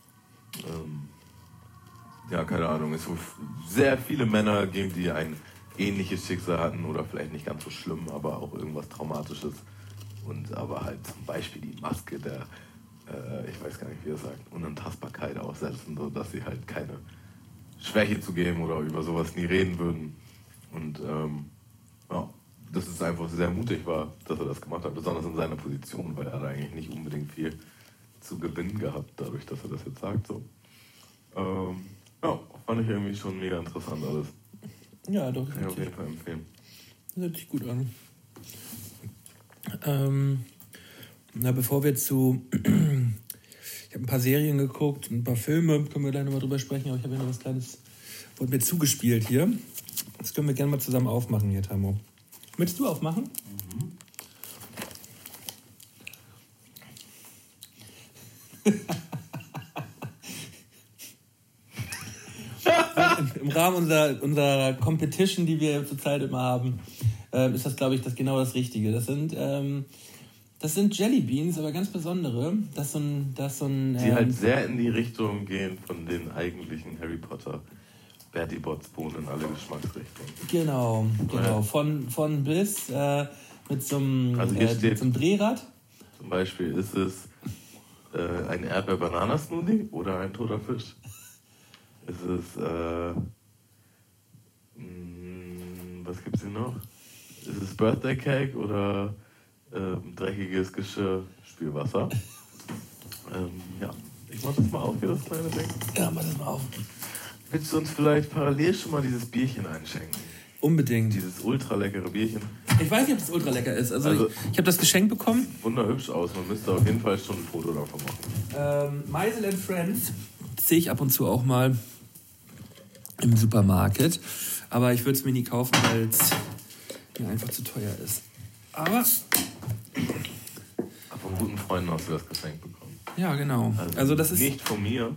keine Ahnung, es so sehr viele Männer geben, die ein ähnliches Schicksal hatten oder vielleicht nicht ganz so schlimm, aber auch irgendwas Traumatisches. Und aber halt zum Beispiel die Maske der, ich weiß gar nicht, wie er sagt, Unantastbarkeit aussetzen, sodass sie halt keine Schwäche zugeben oder über sowas nie reden würden. Und ja, dass es einfach sehr mutig war, dass er das gemacht hat, besonders in seiner Position, weil er hat eigentlich nicht unbedingt viel zu gewinnen gehabt, dadurch, dass er das jetzt sagt. So. Ja, fand ich irgendwie schon mega interessant alles. Ja, doch. Kann ich auf jeden Fall empfehlen. Das hört sich gut an. Bevor wir zu... Ich habe ein paar Serien geguckt, ein paar Filme, können wir gleich nochmal drüber sprechen, aber ich habe ja noch was Kleines, wurde mir zugespielt hier. Das können wir gerne mal zusammen aufmachen hier, Tamo. Möchtest du aufmachen? Mhm. Im Rahmen unserer Competition, die wir zurzeit immer haben, ist das, glaube ich, genau das Richtige. Das sind Jellybeans, aber ganz besondere. Die halt sehr in die Richtung gehen von den eigentlichen Harry Potter Bertie Botts Bohnen in alle Geschmacksrichtungen. Genau. Ja. Von bis mit so einem Drehrad. Zum Beispiel ist es ein Erdbeer-Banana-Smoothie oder ein toter Fisch. Ist es, was gibt's hier noch? Ist es Birthday Cake oder dreckiges Geschirr, Spülwasser? Ja, ich mach das mal auf, hier das kleine Ding. Ja, mach das mal auf. Willst du uns vielleicht parallel schon mal dieses Bierchen einschenken? Unbedingt. Dieses ultra leckere Bierchen. Ich weiß nicht, ob das ultra lecker ist. Also ich habe das Geschenk bekommen. Sieht wunderhübsch aus, man müsste auf jeden Fall schon ein Foto davon machen. Meisel & Friends sehe ich ab und zu auch mal im Supermarkt. Aber ich würde es mir nie kaufen, weil es mir einfach zu teuer ist. Aber von guten Freunden hast du das Geschenk bekommen. Ja, genau. Also das ist nicht von mir.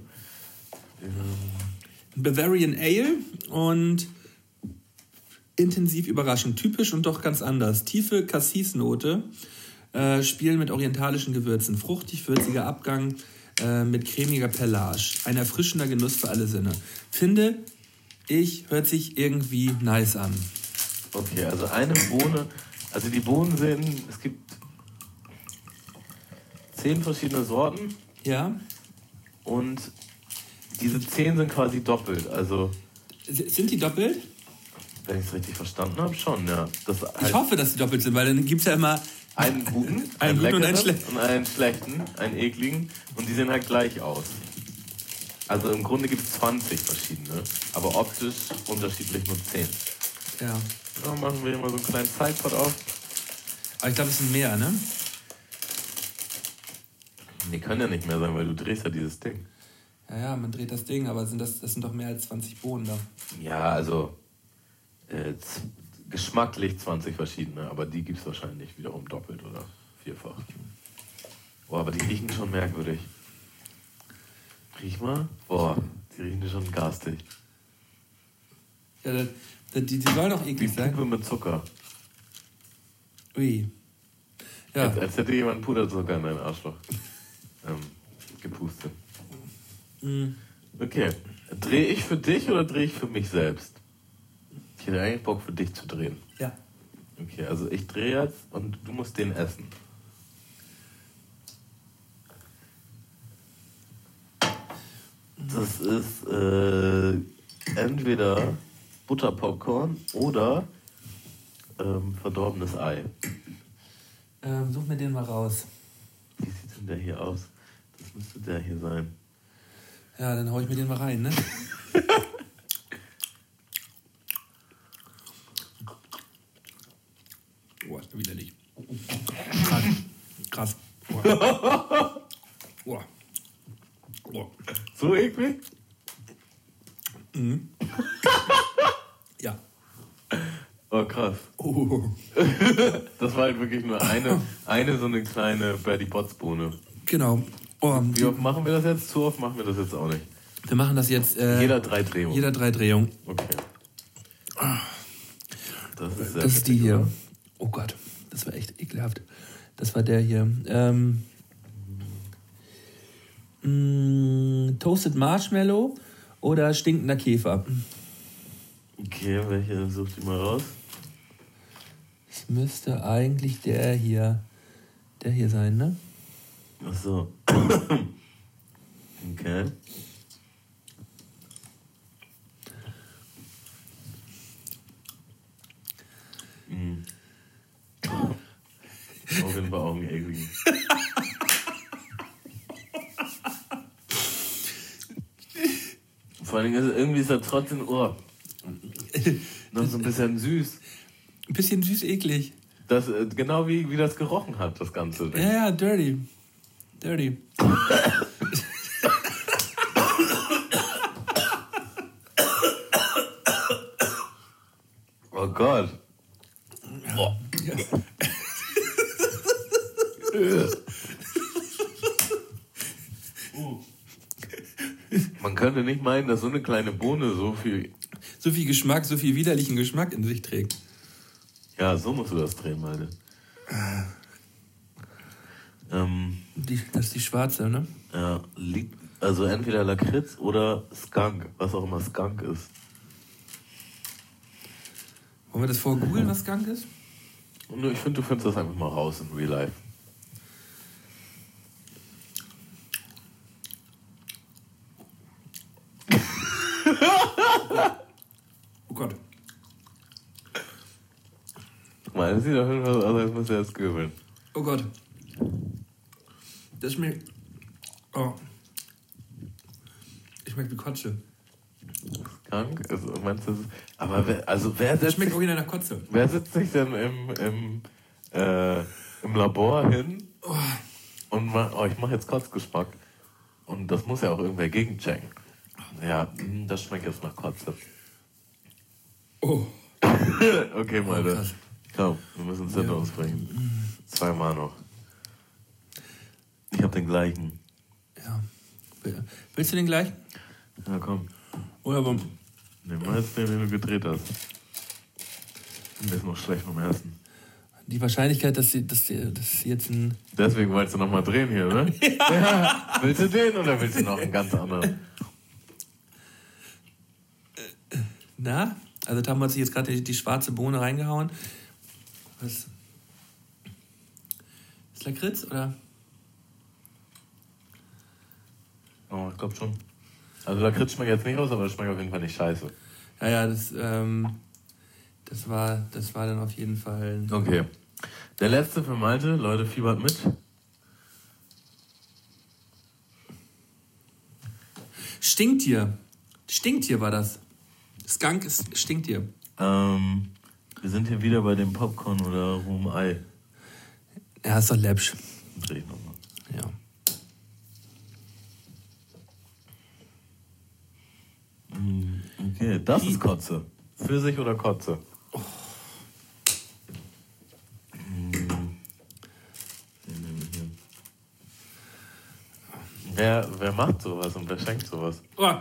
Bavarian Ale und intensiv überraschend. Typisch und doch ganz anders. Tiefe Cassis-Note, spielen mit orientalischen Gewürzen. Fruchtig, würziger Abgang mit cremiger Perlage. Ein erfrischender Genuss für alle Sinne. Finde ich, hört sich irgendwie nice an. Okay, also eine Bohne. Also die Bohnen sind, es gibt 10 verschiedene Sorten. Ja. Und diese 10 sind quasi doppelt. Also sind die doppelt? Wenn ich es richtig verstanden habe, schon, ja. Ich hoffe, dass die doppelt sind, weil dann gibt es ja immer einen guten, einen guten und einen schlechten, einen ekligen. Und die sehen halt gleich aus. Also im Grunde gibt es 20 verschiedene, aber optisch unterschiedlich nur 10. Ja. Dann machen wir hier mal so einen kleinen Sidepot auf. Aber ich glaube, es sind mehr, ne? Die können ja nicht mehr sein, weil du drehst ja dieses Ding. Ja, man dreht das Ding, aber das sind doch mehr als 20 Bohnen da. Ja, also geschmacklich 20 verschiedene, aber die gibt es wahrscheinlich wiederum doppelt oder vierfach. Boah, aber die riechen schon merkwürdig. Riech mal. Boah, die riechen schon garstig. Ja, die sollen doch eklig sein. Puppe mit Zucker. Ui. Ja. Als hätte jemand Puderzucker in dein Arschloch gepustet. Mhm. Okay. Drehe ich für dich oder drehe ich für mich selbst? Ich hätte eigentlich Bock für dich zu drehen. Ja. Okay, also ich drehe jetzt und du musst den essen. Das ist entweder Butterpopcorn oder verdorbenes Ei. Such mir den mal raus. Wie sieht denn der hier aus? Das müsste der hier sein. Ja, dann hau ich mir den mal rein, ne? Boah, ist widerlich. Krass. Boah. Boah. Boah. So eklig? Mhm. Ja. Oh, krass. Oh. Das war halt wirklich nur eine so eine kleine Bertie Botts Bohne. Genau. Oh, wie oft machen wir das jetzt? Zu oft machen wir das jetzt auch nicht. Wir machen das jetzt... jeder 3 Drehungen. Jeder 3 Drehungen. Okay. Das ist die hier. Oder? Oh Gott, das war echt ekelhaft. Das war der hier. Toasted Marshmallow oder stinkender Käfer? Okay, welche sucht ihr mal raus? Es müsste eigentlich der hier sein, ne? Ach so. Okay. Auf jeden Fall Augen irgendwie. Vor allem irgendwie ist er trotzdem noch so ein bisschen süß. Ein bisschen süß-eklig. Das, genau wie das gerochen hat, das Ganze. Ja, dirty. Dirty. Oh Gott. Boah. Ja. Man könnte nicht meinen, dass so eine kleine Bohne so viel Geschmack, so viel widerlichen Geschmack in sich trägt. Ja, so musst du das drehen, meine. Das ist die schwarze, ne? Ja, also entweder Lakritz oder Skunk, was auch immer Skunk ist. Wollen wir das vorher googeln, was Skunk ist? Ich finde, du findest das einfach mal raus in Real Life. Oh Gott. Mal, das sieht auf jeden Fall aus, als muss er jetzt göbeln. Oh Gott. Das schmeckt... Oh. Das schmeckt wie Kotze. Skunk? Also, meinst du, aber wer das schmeckt original nach Kotze. Wer setzt sich denn im Labor hin und ich mache jetzt Kotzgeschmack. Und das muss ja auch irgendwer gegenchecken. Ja, das schmeckt jetzt nach Kotze. Oh. Okay, meine. Komm, wir müssen es hinter uns bringen. 2 Mal noch. Ich hab den gleichen. Ja. Willst du den gleichen? Ja, komm. Oder warum? Nimm mal jetzt den du gedreht hast. Der ist noch schlecht vom ersten. Die Wahrscheinlichkeit, dass sie jetzt ein... Deswegen wolltest du nochmal drehen hier, oder? Ja. Willst du den oder willst du noch einen ganz anderen? Na? Also da haben wir sich jetzt gerade die schwarze Bohne reingehauen. Was? Ist Lakritz, oder? Oh, ich glaube schon. Also Lakritz schmeckt jetzt nicht aus, aber das schmeckt auf jeden Fall nicht scheiße. Ja, das war dann auf jeden Fall... Okay. Der letzte für Malte. Leute, fiebert mit. Stinktier. Stinktier war das. Skunk ist Stinktier. Wir sind hier wieder bei dem Popcorn oder Ruhm-Ei. Ja, ist doch läppsch. Dreh ich nochmal. Ja. Okay, das ist Kotze. Pfirsich oder Kotze? Oh. Wer macht sowas und wer schenkt sowas? Oh.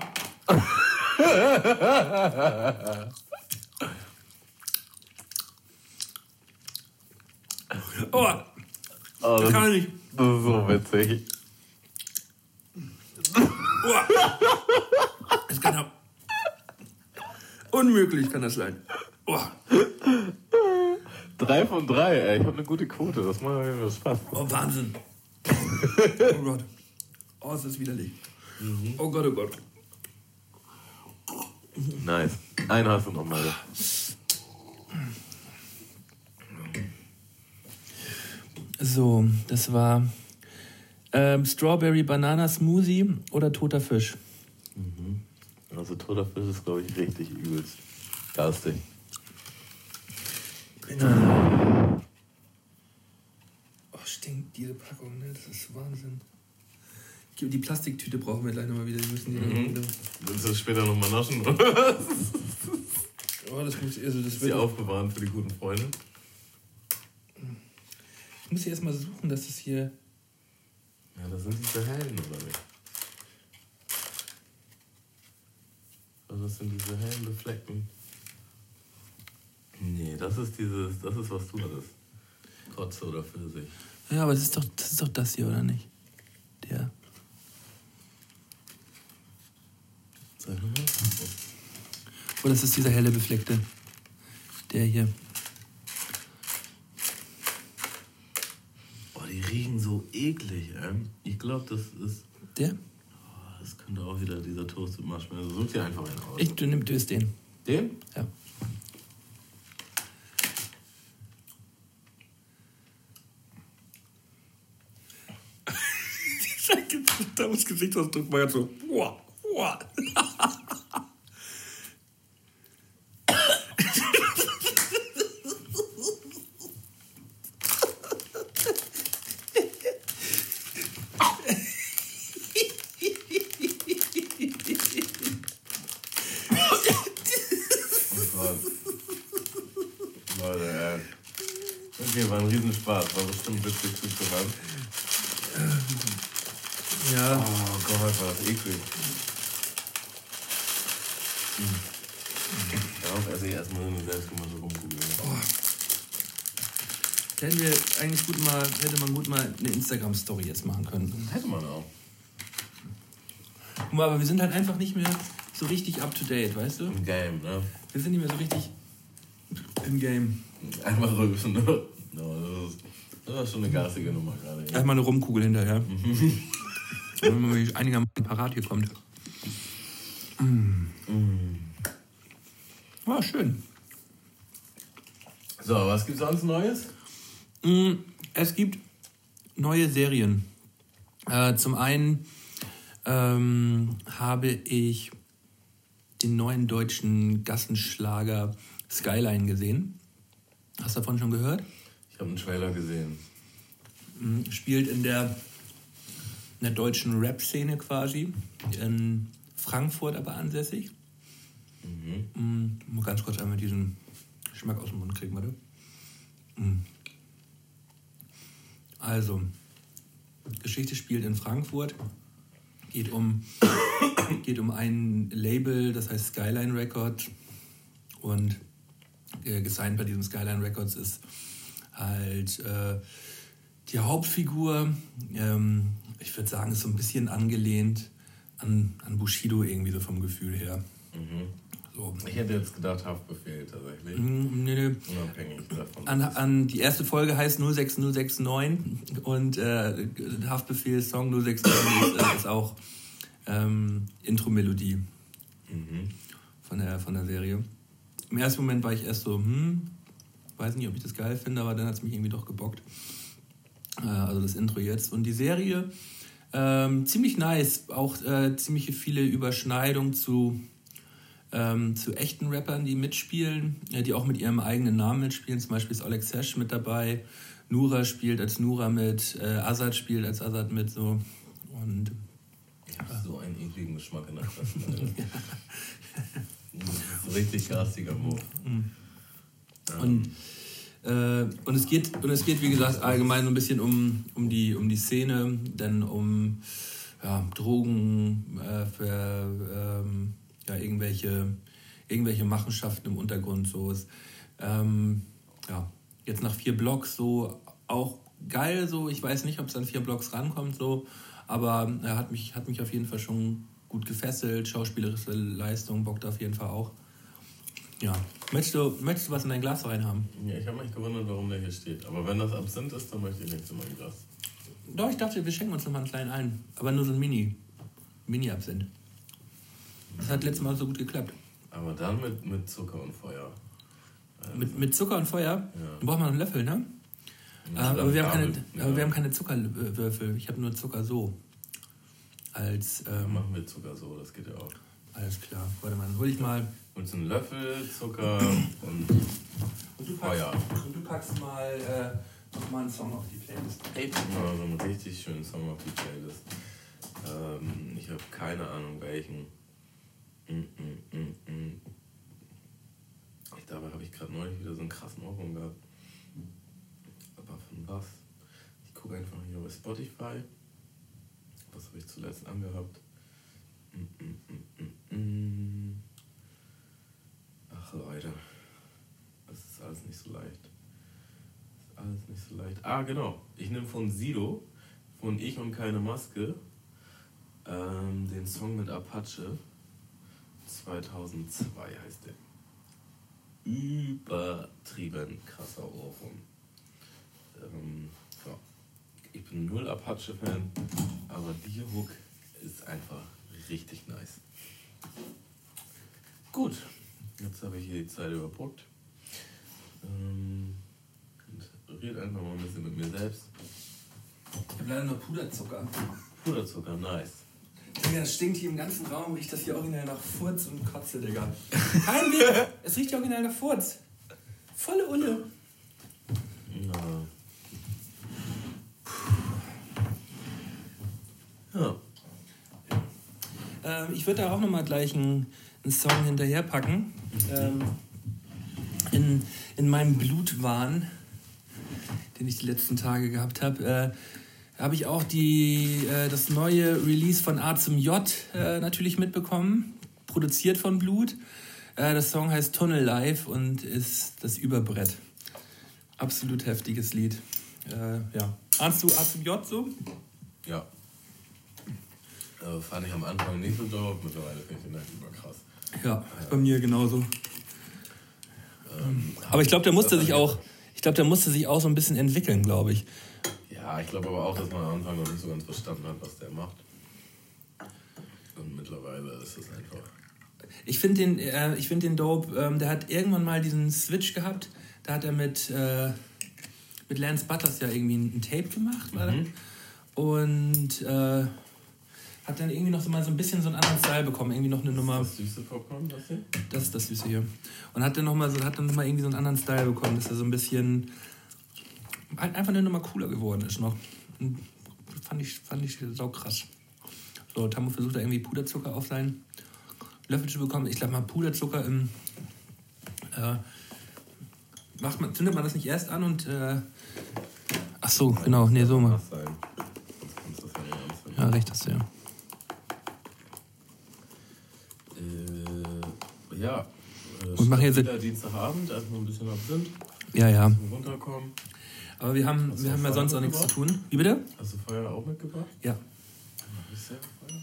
Oh, das kann ich nicht. Das ist so witzig. Das kann ja... Unmöglich kann das sein. 3 von 3, ey. Ich hab eine gute Quote. Das macht mir Spaß. Oh, Wahnsinn. Oh Gott. Oh, es ist widerlich. Oh Gott, oh Gott. Nice. Einen hast du noch mal. So, das war Strawberry Banana Smoothie oder toter Fisch. Also toter Fisch ist, glaube ich, richtig übelst. Garstig. Oh, stinkt diese Packung, ne? Das ist Wahnsinn. Die Plastiktüte brauchen wir gleich nochmal wieder. Die müssen die Willst du das später nochmal naschen? Oh, das muss also das wird aufbewahren für die guten Freunde. Ich muss hier erstmal suchen, dass es hier... Ja, das sind diese hellen, oder nicht? Also das sind diese hellen Befleckten. Nee, das ist was du hattest. Kotze oder Pfirsich. Ja, aber das ist doch das hier, oder nicht? Der. Zeig mal. Oder ist es dieser helle Befleckte? Der hier. Oh, die riechen so eklig, Ich glaube, das ist... Der? Oh, das könnte auch wieder dieser Toasted Marshmallow. Such dir einfach einen aus. Du isst den. Den? Ja. Das Gesichtsausdruck war jetzt so... Wow, wow. Okay, war ein Riesenspaß. War bestimmt witzig zuzuhören. Ja. Oh Gott, war das eklig. Ja, auch esse ich erstmal eine selbstgemachte Rumkugel. Oh. Da hätte man gut mal eine Instagram-Story jetzt machen können. Hätte man auch. Guck mal, aber wir sind halt einfach nicht mehr so richtig up to date, weißt du? Im Game, ne? Wir sind nicht mehr so richtig im Game. Einfach rülpsen, ne? No, das ist schon eine garstige Nummer gerade. Ja. Erstmal eine Rumkugel hinterher. Wenn man einigermaßen parat hier kommt. War schön. So, was gibt's sonst Neues? Es gibt neue Serien. Zum einen habe ich den neuen deutschen Gassenschlager Skyline gesehen. Hast du davon schon gehört? Ich habe einen Trailer gesehen. Spielt in der deutschen Rap-Szene quasi. In Frankfurt aber ansässig. Mal ganz kurz einmal diesen Geschmack aus dem Mund kriegen, warte. Also, Geschichte spielt in Frankfurt. Geht um ein Label, das heißt Skyline Records. Und gesigned bei diesem Skyline Records ist halt die Hauptfigur. Ich würde sagen, ist so ein bisschen angelehnt an Bushido irgendwie so vom Gefühl her. So. Ich hätte jetzt gedacht Haftbefehl tatsächlich. Nee. Unabhängig davon. Die erste Folge heißt 06069 und Haftbefehl Song 069 ist auch Intro-Melodie von der Serie. Im ersten Moment war ich erst so, weiß nicht, ob ich das geil finde, aber dann hat es mich irgendwie doch gebockt. Also das Intro jetzt. Und die Serie, ziemlich nice, auch ziemlich viele Überschneidungen zu echten Rappern, die mitspielen, die auch mit ihrem eigenen Namen mitspielen. Zum Beispiel ist Oleg Sesh mit dabei, Nura spielt als Nura mit, Azad spielt als Azad mit. So. Und, ich habe so einen ekligen Geschmack in der Fresse. Das ist ein richtig garstiger Move. Und es geht, wie gesagt, allgemein so ein bisschen um die Szene, dann um Drogen, für irgendwelche Machenschaften im Untergrund. So ist, jetzt nach 4 Blocks so auch geil. So, ich weiß nicht, ob es an 4 Blocks rankommt, so, aber er hat mich auf jeden Fall schon gut gefesselt. Schauspielerische Leistung bockt auf jeden Fall auch. Ja. Möchtest du was in dein Glas rein haben? Ja, ich habe mich gewundert, warum der hier steht. Aber wenn das Absinth ist, dann möchte ich nichts in meinem Glas. Doch, ich dachte, wir schenken uns noch mal einen kleinen ein. Aber nur so ein Mini-Absinth. Das hat letztes Mal so gut geklappt. Aber dann mit Zucker und Feuer. Mit Zucker und Feuer? Ja. Dann braucht man einen Löffel, ne? Aber wir haben keine Zuckerwürfel. Ich habe nur Zucker so. Machen wir Zucker so, das geht ja auch. Alles klar. Warte mal, dann hol ich mal. Und so einen Löffel, Zucker und Feuer. Und du packst mal nochmal einen Song auf die Playlist. Ja, so einen richtig schönen Song auf die Playlist. Ich habe keine Ahnung welchen. Dabei habe ich gerade neulich wieder so einen krassen Ohrwurm gehabt. Aber von was? Ich gucke einfach hier bei Spotify. Was habe ich zuletzt angehabt? Ach Leute, das ist alles nicht so leicht. Ah genau, ich nehme von Sido, von Ich und keine Maske, den Song mit Apache, 2002 heißt der. Übertrieben krasser Ohrwurm. Ja. Ich bin null Apache-Fan, aber die Hook ist einfach richtig nice. Gut, jetzt habe ich hier die Zeit überbrückt. Und red einfach mal ein bisschen mit mir selbst. Ich habe leider nur Puderzucker. Puderzucker, nice. Digga, das stinkt hier im ganzen Raum, riecht das hier original nach Furz und Kotze, Digga. Kein Weg, es riecht hier original nach Furz. Volle Ulle. Ja. Ich würde da auch nochmal gleich einen Song hinterherpacken. In meinem Blutwahn, den ich die letzten Tage gehabt habe, habe ich auch das neue Release von A zum J natürlich mitbekommen, produziert von Blut. Das Song heißt Tunnel Live und ist das Überbrett. Absolut heftiges Lied. Ja. Ahnst du A zum J so? Ja. Fand ich am Anfang nicht so doof, mittlerweile finde ich den halt überkrass. Ja, bei mir genauso. Aber ich glaube, der musste sich auch so ein bisschen entwickeln, glaube ich. Ja, ich glaube aber auch, dass man am Anfang noch nicht so ganz verstanden hat, was der macht. Und mittlerweile ist es einfach... Ich finde den dope. Der hat irgendwann mal diesen Switch gehabt. Da hat er mit Lance Butters ja irgendwie ein Tape gemacht, war das? Und hat dann irgendwie noch so mal so ein bisschen so einen anderen Style bekommen. Irgendwie noch eine Nummer... Ist das süße Popcorn, das hier? Das ist das Süße hier. Und hat dann noch mal irgendwie so einen anderen Style bekommen, dass er so ein bisschen... einfach eine Nummer cooler geworden ist noch. Und fand ich saukrass. So, Tammo versucht da irgendwie Puderzucker auf seinen Löffel zu bekommen. Ich glaube mal Puderzucker im... zündet man das nicht erst an und... ach so, genau, nee, so mal. Ja, recht hast du, ja. Ja. Und machen jetzt wieder Dienstagabend, erstmal ein bisschen Absinth. Ja. Runterkommen. Aber wir haben ja sonst auch nichts zu tun. Wie bitte? Hast du Feuer auch mitgebracht? Ja. Ist ja Feuer?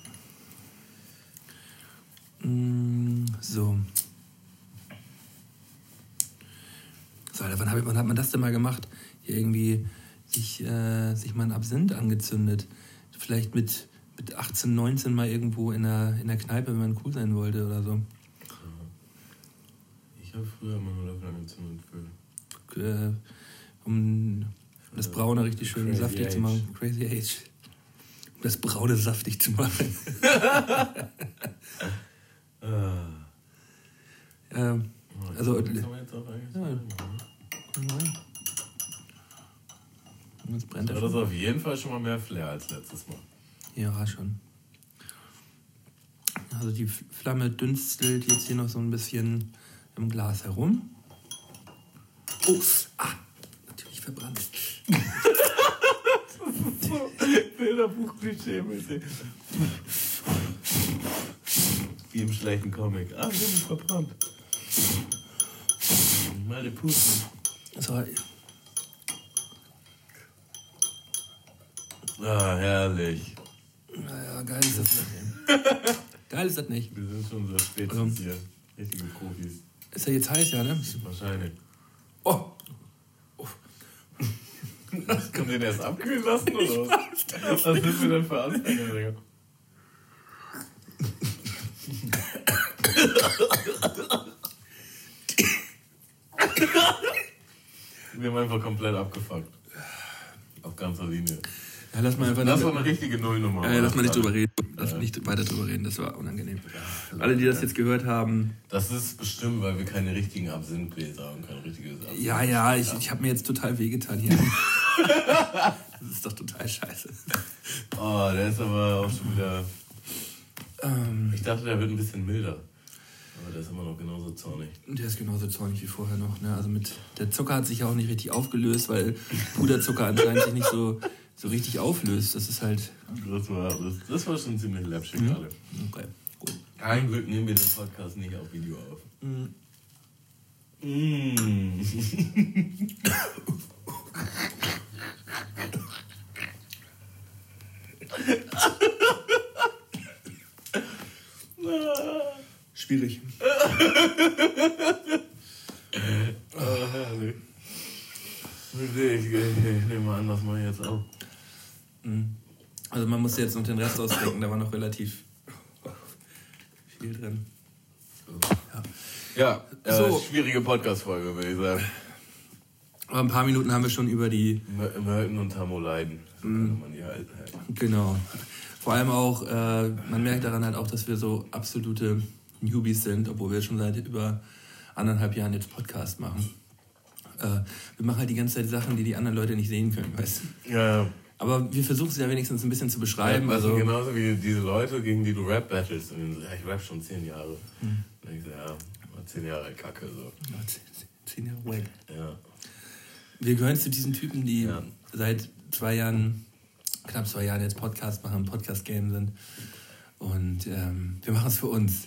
So, Alter, wann hat man das denn mal gemacht? Hier irgendwie sich mal ein Absinth angezündet. Vielleicht mit 18, 19 mal irgendwo in der Kneipe, wenn man cool sein wollte oder so. Ich habe früher mal nur Löffel angezündet um das Braune richtig schön saftig zu machen. Crazy Age. Um das Braune saftig zu machen. Also... Kann man jetzt auch eigentlich sagen. Das brennt das ist auf jeden Fall schon mal mehr Flair als letztes Mal. Ja, schon. Also die Flamme dünstelt jetzt hier noch so ein bisschen im Glas herum. Oh, natürlich verbrannt. So Bilderbuch-Klischee-mäßig. Wie im schlechten Comic. Wir sind verbrannt. Mal die Pusten. So. Herrlich. Naja, geil ist das nicht. Geil ist das nicht. Wir sind schon so spätestens hier. Richtige Profis. Ist ja jetzt heiß, ja, ne? Wahrscheinlich. Oh! Was, können wir den erst abkühlen lassen, oder was? Was sind wir denn für Anfänger, Digga? Wir haben einfach komplett abgefuckt. Auf ganzer Linie. Ja, lass mal einfach das war eine richtige Nullnummer. Lass mal nicht drüber reden. Lass nicht weiter drüber reden, das war unangenehm. Alle, die das jetzt gehört haben... Das ist bestimmt, weil wir keine richtigen Absinthgläser haben, kein richtiges Absinth. Ja, ich habe mir jetzt total wehgetan hier. Das ist doch total scheiße. Oh, der ist aber auch schon wieder... Ich dachte, der wird ein bisschen milder. Aber der ist immer noch genauso zornig. Der ist genauso zornig wie vorher noch. Ne? Also der Zucker hat sich ja auch nicht richtig aufgelöst, weil Puderzucker anscheinend sich nicht so richtig auflöst. Das ist halt... Das war schon ziemlich läppschig gerade. Okay, gut. Ein Glück nehmen wir den Podcast nicht auf Video auf. Schwierig. Herrlich. Ich nehme mal an, das mache ich jetzt auch. Also man muss jetzt noch den Rest ausdenken, da war noch relativ viel drin. Ja, so. Schwierige Podcast-Folge, würde ich sagen. Aber ein paar Minuten haben wir schon über die... Mölten und Tamo leiden. So kann man die halten. Genau. Vor allem auch, man merkt daran halt auch, dass wir so absolute Newbies sind, obwohl wir schon seit über 1,5 Jahren jetzt Podcast machen. Wir machen halt die ganze Zeit Sachen, die anderen Leute nicht sehen können, weißt du? Ja. Aber wir versuchen es ja wenigstens ein bisschen zu beschreiben. Ja, also genauso wie diese Leute, gegen die du Rap battlest. Und ja, ich rap schon 10 Jahre. Dann denkst du, ja, 10 Jahre Kacke. So. 10 Jahre wack. Ja. Wir gehören zu diesen Typen, die seit 2 Jahren, knapp 2 Jahren jetzt Podcast machen, Podcast-Game sind. Und wir machen es für uns.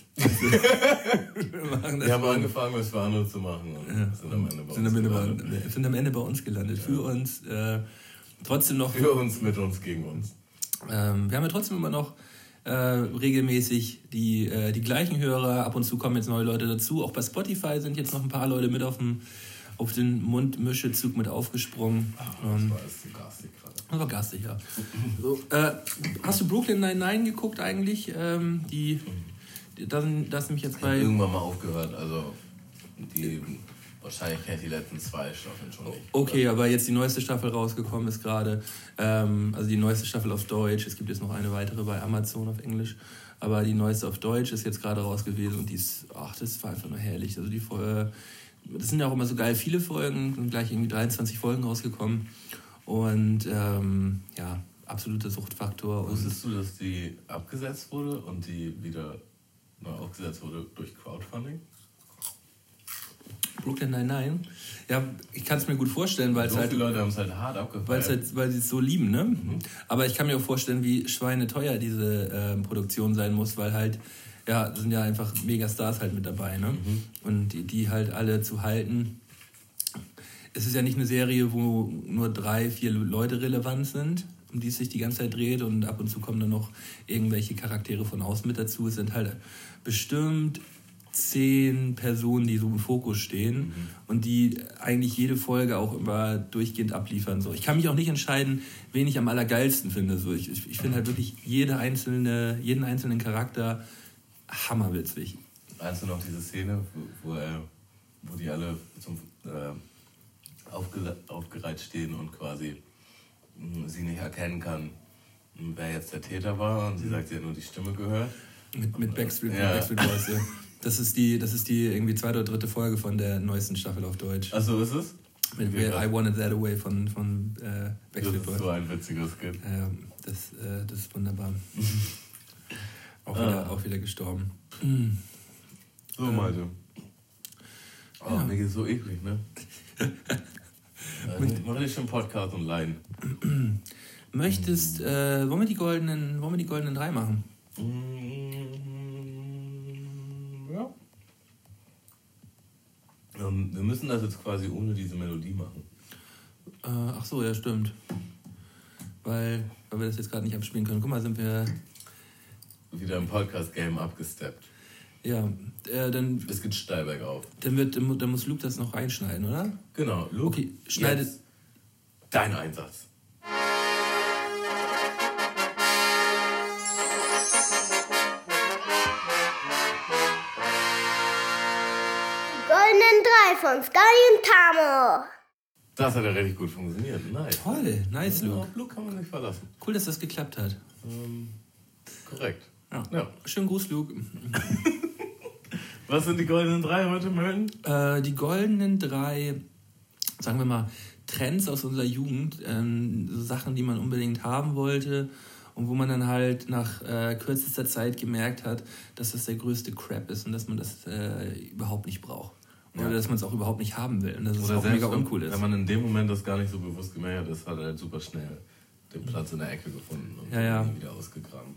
Wir haben angefangen, es für andere zu machen. Und sind am Ende bei uns gelandet. Für uns. Trotzdem noch. Für uns, mit uns, gegen uns. Wir haben ja trotzdem immer noch regelmäßig die gleichen Hörer. Ab und zu kommen jetzt neue Leute dazu. Auch bei Spotify sind jetzt noch ein paar Leute mit auf den Mundmischezug mit aufgesprungen. Das war alles zu garstig gerade. Das war garstig, ja. So, hast du Brooklyn Nine-Nine geguckt eigentlich? Das nämlich jetzt bei... Irgendwann mal aufgehört, also wahrscheinlich kennt die letzten 2 Staffeln schon nicht. Okay, aber jetzt die neueste Staffel rausgekommen ist gerade, also die neueste Staffel auf Deutsch, es gibt jetzt noch eine weitere bei Amazon auf Englisch, aber die neueste auf Deutsch ist jetzt gerade raus gewesen und das war einfach nur herrlich. Also das sind ja auch immer so geil viele Folgen, sind gleich irgendwie 23 Folgen rausgekommen und absoluter Suchtfaktor. Wusstest du, dass die abgesetzt wurde und die wieder neu aufgesetzt wurde durch Crowdfunding? Brooklyn Nine-Nine. Ja, ich kann es mir gut vorstellen, weil es halt... Viele Leute haben es halt hart abgefeiert. Weil sie es so lieben, ne? Aber ich kann mir auch vorstellen, wie schweineteuer diese Produktion sein muss, weil halt, sind ja einfach Megastars halt mit dabei, ne? Und die halt alle zu halten. Es ist ja nicht eine Serie, wo nur 3-4 Leute relevant sind, um die es sich die ganze Zeit dreht und ab und zu kommen dann noch irgendwelche Charaktere von außen mit dazu. Es sind halt bestimmt 10 Personen, die so im Fokus stehen und die eigentlich jede Folge auch immer durchgehend abliefern. So. Ich kann mich auch nicht entscheiden, wen ich am allergeilsten finde. So. Ich finde halt wirklich jeden einzelnen Charakter hammerwitzig. Meinst du noch diese Szene, wo die alle aufgereiht stehen und quasi sie nicht erkennen kann, wer jetzt der Täter war und sie sagt, sie hat nur die Stimme gehört? Mit Backstreet Boys, ja. Das ist die irgendwie 2. oder 3. Folge von der neuesten Staffel auf Deutsch. Ach so, ist es? Mit I Wanted That Away von Backstreet Boys. Das ist so ein witziges Kind. Das ist wunderbar. Auch wieder gestorben. So, Malte. Mir geht's so eklig, ne? Mach ich schon Podcast und Leiden. Wollen wir die goldenen 3 machen? Ja. Wir müssen das jetzt quasi ohne diese Melodie machen. Ach so, ja, stimmt. Weil wir das jetzt gerade nicht abspielen können. Guck mal, sind wir... Wieder im Podcast-Game abgesteppt. Ja, dann... Es geht steil bergauf. Dann muss Luke das noch reinschneiden, oder? Genau, Luke, okay, schneidet... Dein Einsatz. Goldenen 3 von Sky und Tamo. Das hat ja richtig gut funktioniert. Nice. Toll, nice, Luke. Auf Luke kann man nicht verlassen. Cool, dass das geklappt hat. Korrekt. Ja. Schönen Gruß, Luke. Was sind die goldenen 3 heute, Mölten? Die goldenen 3, sagen wir mal, Trends aus unserer Jugend, so Sachen, die man unbedingt haben wollte und wo man dann halt nach kürzester Zeit gemerkt hat, dass das der größte Crap ist und dass man das überhaupt nicht braucht. Oder dass man es auch überhaupt nicht haben will und dass es auch mega uncool ist. Wenn man in dem Moment das gar nicht so bewusst gemerkt hat, das hat er halt super schnell den Platz in der Ecke gefunden und wieder ausgegraben.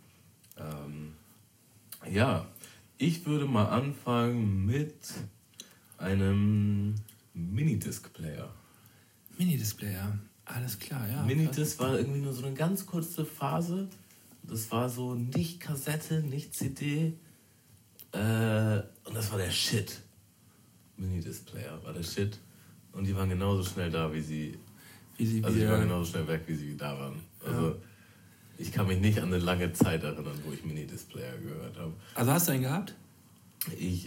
Ich würde mal anfangen mit einem Minidisc-Player. Minidisc-Player, alles klar, ja. Minidisc war irgendwie nur so eine ganz kurze Phase. Das war so nicht Kassette, nicht CD, Und das war der Shit. Mini-Displayer war der Shit. Und die waren genauso schnell da, wie sie die waren genauso schnell weg, wie sie da waren. Also ich kann mich nicht an eine lange Zeit erinnern, wo ich Mini-Displayer gehört habe. Also hast du einen gehabt? Ich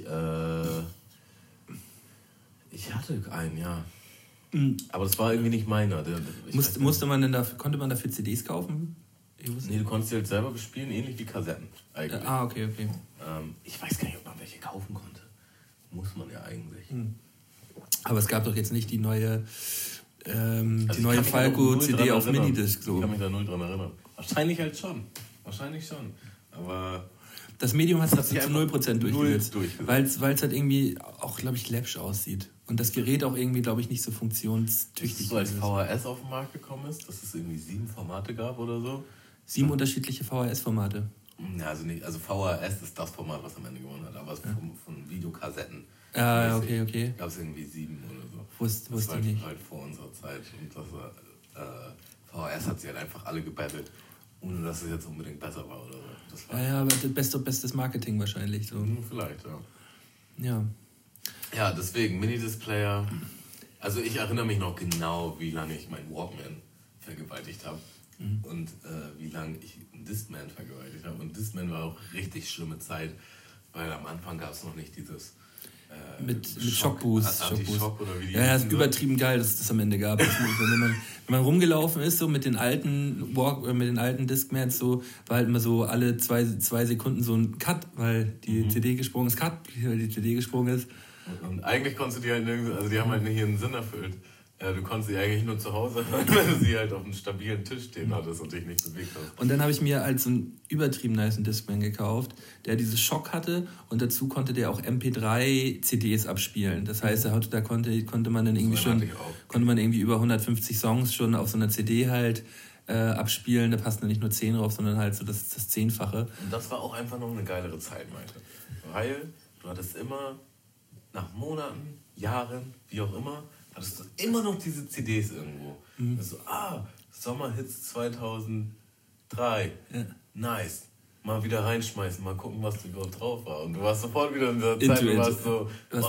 hatte einen, ja. Aber das war irgendwie nicht meiner. Konnte man dafür CDs kaufen? Nee, du konntest die halt selber bespielen, ähnlich wie Kassetten eigentlich. Okay. Ich weiß gar nicht, ob man welche kaufen konnte. Muss man ja eigentlich. Aber es gab doch jetzt nicht die neue Falco-CD auf Minidisc. So. Ich kann mich da null dran erinnern. Wahrscheinlich schon. Aber das Medium hat es zu 0% durchgesetzt. Weil es halt irgendwie auch, glaube ich, läppsch aussieht. Und das Gerät auch irgendwie, glaube ich, nicht so funktionstüchtig ist. So als VHS auf den Markt gekommen ist, dass es irgendwie 7 Formate gab oder so. 7 unterschiedliche VHS-Formate. Ja, also VHS ist das Format, was am Ende gewonnen hat, aber von Videokassetten. Okay. Gab es irgendwie 7 oder so. Wusste ich nicht. Halt vor unserer Zeit. Und das war, VHS hat sie halt einfach alle gebettelt, ohne dass es jetzt unbedingt besser war oder so. Das war aber bestes Marketing wahrscheinlich. So. Vielleicht, ja. Ja, deswegen, Mini-Displayer. Also ich erinnere mich noch genau, wie lange ich meinen Walkman vergewaltigt habe. Und wie lange ich einen Discman vergewaltigt habe. Und Discman war auch richtig schlimme Zeit, weil am Anfang gab es noch nicht dieses mit Schockboost. Anti-Schock oder wie die ist übertrieben geil, dass es das am Ende gab. wenn man rumgelaufen ist, so mit den alten Discmans, so, war halt immer so alle zwei Sekunden so ein Cut, weil die CD gesprungen ist. Und eigentlich konntest du die halt nirgends, also die haben halt nicht ihren Sinn erfüllt. Du konntest sie eigentlich nur zu Hause, wenn du sie halt auf einem stabilen Tisch stehen hattest und dich nicht bewegt hast. Und dann habe ich mir halt so einen übertrieben nicen Discman gekauft, der dieses Schock hatte und dazu konnte der auch MP3-CDs abspielen. Das heißt, da konnte man dann irgendwie über 150 Songs schon auf so einer CD halt abspielen. Da passten dann nicht nur 10 drauf, sondern halt so das 10-fache. Und das war auch einfach noch eine geilere Zeit, Malte. Weil du hattest immer nach Monaten, Jahren, wie auch immer, hattest du immer noch diese CDs irgendwo. Also, Sommerhits 2003. Ja. Nice. Mal wieder reinschmeißen, mal gucken, was da überhaupt drauf war. Und du warst sofort wieder in dieser Zeit, du warst so, krass.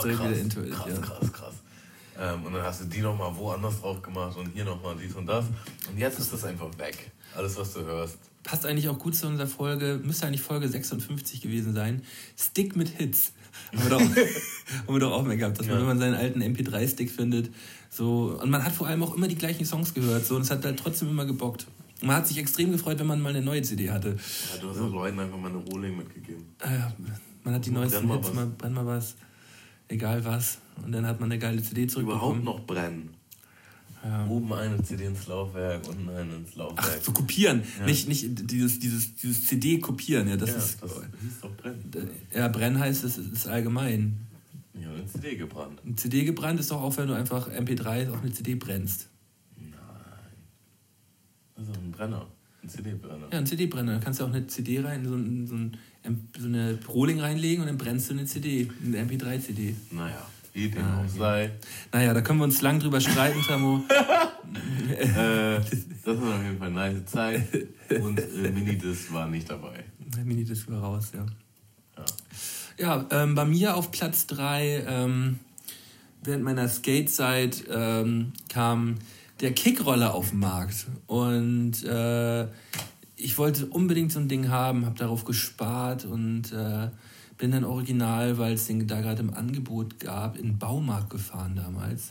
Und dann hast du die nochmal woanders drauf gemacht und hier nochmal dies und das. Und jetzt ist das einfach weg. Alles, was du hörst. Passt eigentlich auch gut zu unserer Folge, müsste eigentlich Folge 56 gewesen sein. Stick mit Hits. Haben wir doch auch mehr gehabt, dass man, wenn man seinen alten MP3-Stick findet, so, und man hat vor allem auch immer die gleichen Songs gehört, so, und es hat halt trotzdem immer gebockt. Und man hat sich extrem gefreut, wenn man mal eine neue CD hatte. Ja, du hast auch Leuten einfach mal eine Rohling mitgegeben. Man hat die neuesten Hits, brenn mal was, egal was, und dann hat man eine geile CD zurückbekommen. Überhaupt noch brennen. Ja. Oben eine CD ins Laufwerk, unten eine ins Laufwerk. Ach, so kopieren, nicht dieses CD kopieren. Ja, das hieß doch brennen. Ja, brennen heißt, es ist allgemein. Ja, eine CD gebrannt. Eine CD gebrannt ist doch auch, wenn du einfach MP3 auf eine CD brennst. Nein. Das ist ein Brenner. Ein CD-Brenner. Ja, ein CD-Brenner. Da kannst du auch eine CD so eine Rohling reinlegen und dann brennst du eine CD, eine MP3-CD. Naja. Wie dem auch sei. Naja, da können wir uns lang drüber streiten, Tamo. Das war auf jeden Fall eine nice Zeit. Und Minidisc war nicht dabei. Minidisc war raus, ja. Bei mir auf Platz 3 während meiner Skate-Zeit kam der Kickroller auf den Markt. Und ich wollte unbedingt so ein Ding haben, habe darauf gespart und bin dann original, weil es den da gerade im Angebot gab, in den Baumarkt gefahren damals.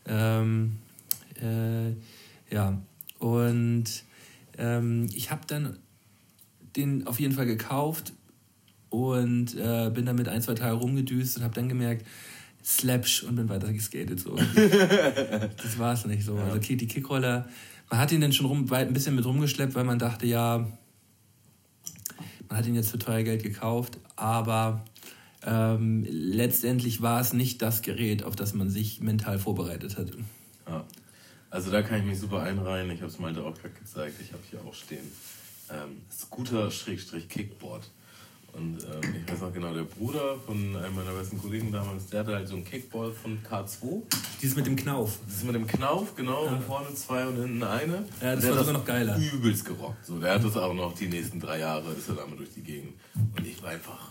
Und ich habe dann den auf jeden Fall gekauft und bin dann mit 1-2 Tagen rumgedüst und habe dann gemerkt, Slapsch, und bin weiter geskatet. So. Das war es nicht so. Ja. Also die Kickroller, man hat ihn dann schon ein bisschen mit rumgeschleppt, weil man dachte, ja, man hat ihn jetzt für teuer Geld gekauft, aber letztendlich war es nicht das Gerät, auf das man sich mental vorbereitet hat. Ja. Also da kann ich mich super einreihen. Ich habe es Malte auch gerade gezeigt. Ich habe hier auch stehen. Scooter-Kickboard. Und ich weiß noch genau, der Bruder von einem meiner besten Kollegen damals, der hatte halt so ein Kickboard von K2. Dieses mit dem Knauf. Dieses mit dem Knauf, genau. Ja. Und vorne 2 und hinten eine. Ja, das war sogar noch geiler. Übelst gerockt. So, der hat das auch noch die nächsten 3 Jahre, ist er damit durch die Gegend. Und ich war einfach,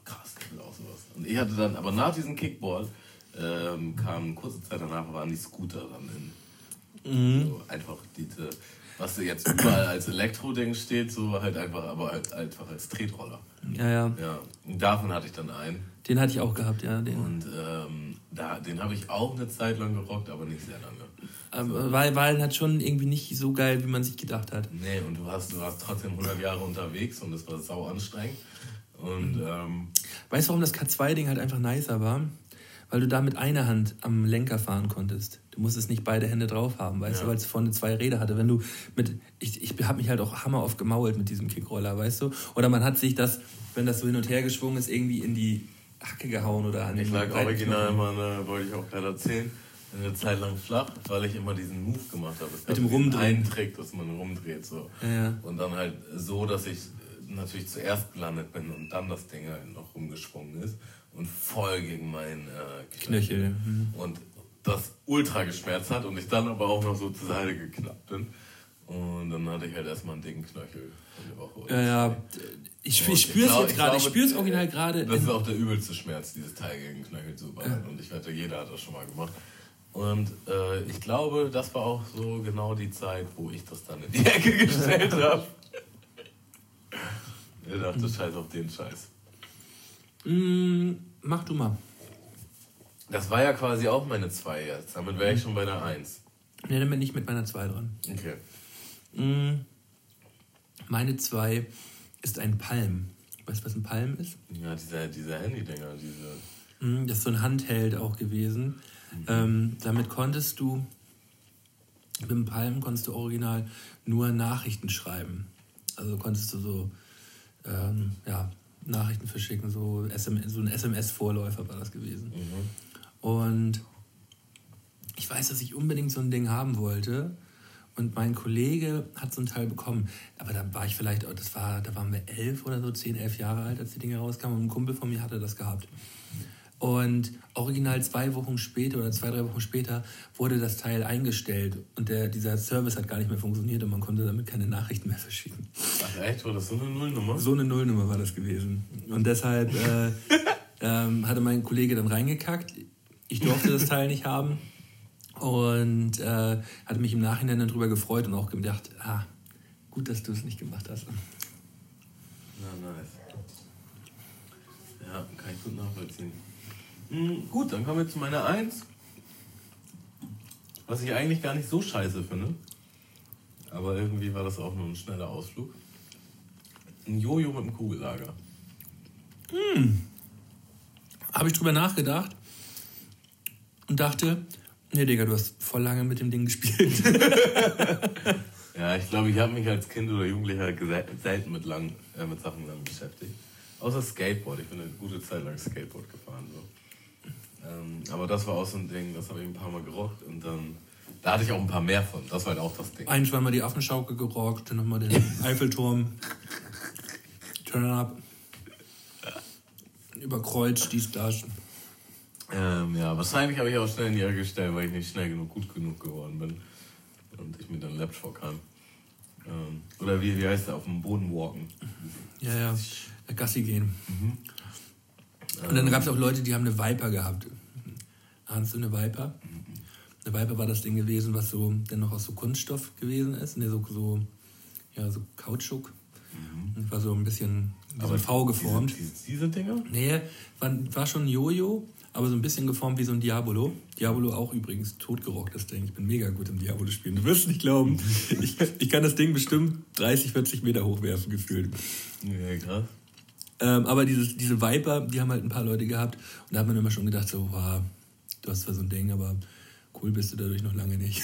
krass, ich will auch sowas. Und ich hatte dann, aber nach diesem Kickboard kam kurze Zeit danach, waren die Scooter dann in. So einfach diese, was jetzt überall als Elektro-Ding steht, so halt einfach, aber halt einfach als Tretroller. Ja. Und davon hatte ich dann einen. Den hatte ich auch gehabt, ja. Und den habe ich auch eine Zeit lang gerockt, aber nicht sehr lange. So. Weil halt schon irgendwie nicht so geil, wie man sich gedacht hat. Nee, und du warst trotzdem 100 Jahre unterwegs und es war sau anstrengend. Und, weißt du, warum das K2-Ding halt einfach nicer war? Weil du da mit einer Hand am Lenker fahren konntest. Du musstest nicht beide Hände drauf haben, weißt du, weil es vorne 2 Räder hatte. Wenn du ich habe mich halt auch hammer oft gemault mit diesem Kickroller, weißt du? Oder man hat sich das, wenn das so hin und her geschwungen ist, irgendwie in die Hacke gehauen oder an den Ich lag original immer, wollte ich auch gerade erzählen, eine Zeit lang flach, weil ich immer diesen Move gemacht habe. Es mit dem Rumdrehen. Einen Trick, dass man rumdreht. So. Ja. Und dann halt so, dass ich natürlich zuerst gelandet bin und dann das Ding halt noch rumgeschwungen ist und voll gegen meinen Knöchel. Und das ultra geschmerzt hat und ich dann aber auch noch so zur Seite geknappt bin. Und dann hatte ich halt erstmal einen dicken Knöchel von der Woche. Ja. Ich spüre es jetzt gerade. Ich spüre es original gerade. Das ist auch der übelste Schmerz, dieses Teil gegen den Knöchel zu ballern. Und ich wette, jeder hat das schon mal gemacht. Und ich glaube, das war auch so genau die Zeit, wo ich das dann in die Ecke gestellt habe. Ich dachte, scheiß auf den Scheiß. Mach du mal. Das war ja quasi auch meine 2 jetzt. Damit wäre ich schon bei der 1. Ne, dann bin ich mit meiner 2 dran. Okay. Meine 2 ist ein Palm. Weißt du, was ein Palm ist? Ja, diese Handy-Dinger, Das ist so ein Handheld auch gewesen. Damit konntest du, mit dem Palm konntest du original nur Nachrichten schreiben. Also konntest du so, Nachrichten verschicken, so ein SMS-Vorläufer war das gewesen. Und ich weiß, dass ich unbedingt so ein Ding haben wollte. Und mein Kollege hat so ein Teil bekommen. Aber da war ich vielleicht, da waren wir 11 oder so, 10, 11 Jahre alt, als die Dinge rauskamen. Und ein Kumpel von mir hatte das gehabt. Und original 2 Wochen später oder 2, 3 Wochen später wurde das Teil eingestellt. Und dieser Service hat gar nicht mehr funktioniert und man konnte damit keine Nachrichten mehr verschicken. Ach echt? War das so eine Nullnummer? So eine Nullnummer war das gewesen. Und deshalb hatte mein Kollege dann reingekackt. Ich durfte das Teil nicht haben. Und hatte mich im Nachhinein dann drüber gefreut und auch gedacht, gut, dass du es nicht gemacht hast. Na, nice. Ja, kann ich gut nachvollziehen. Gut, dann kommen wir zu meiner 1. Was ich eigentlich gar nicht so scheiße finde. Aber irgendwie war das auch nur ein schneller Ausflug. Ein Jojo mit einem Kugellager. Habe ich drüber nachgedacht und dachte, nee, Digga, du hast voll lange mit dem Ding gespielt. Ja, ich glaube, ich habe mich als Kind oder Jugendlicher selten mit Sachen lang beschäftigt. Außer Skateboard. Ich bin eine gute Zeit lang Skateboard gefahren. So. Aber das war auch so ein Ding, das habe ich ein paar Mal gerockt und dann... Da hatte ich auch ein paar mehr von. Das war halt auch das Ding. Ein, zweimal die Affenschaukel gerockt, dann nochmal den Eiffelturm. Turn up. Überkreuzt, dies, das. Ja, wahrscheinlich habe ich auch schnell in die Ecke gestellt, weil ich nicht schnell genug gut genug geworden bin. Und ich mir dann Laptop kam. Oder wie heißt der? Auf dem Boden walken. Ja. Gassi gehen. Und dann gab es auch Leute, die haben eine Viper gehabt. Ahnst du eine Viper? Eine Viper war das Ding gewesen, was so dennoch aus so Kunststoff gewesen ist. Ne, so Kautschuk. Und war so ein bisschen wie so ein V geformt. Diese Dinger? Nee, war schon ein Jojo, aber so ein bisschen geformt wie so ein Diabolo. Diabolo auch übrigens totgerockt, das Ding. Ich bin mega gut im Diabolo spielen. Du wirst nicht glauben. Ich kann das Ding bestimmt 30, 40 Meter hochwerfen, gefühlt. Ja, krass. Aber diese Viper, die haben halt ein paar Leute gehabt. Und da hat man immer schon gedacht, so, wow, du hast zwar so ein Ding, aber cool bist du dadurch noch lange nicht.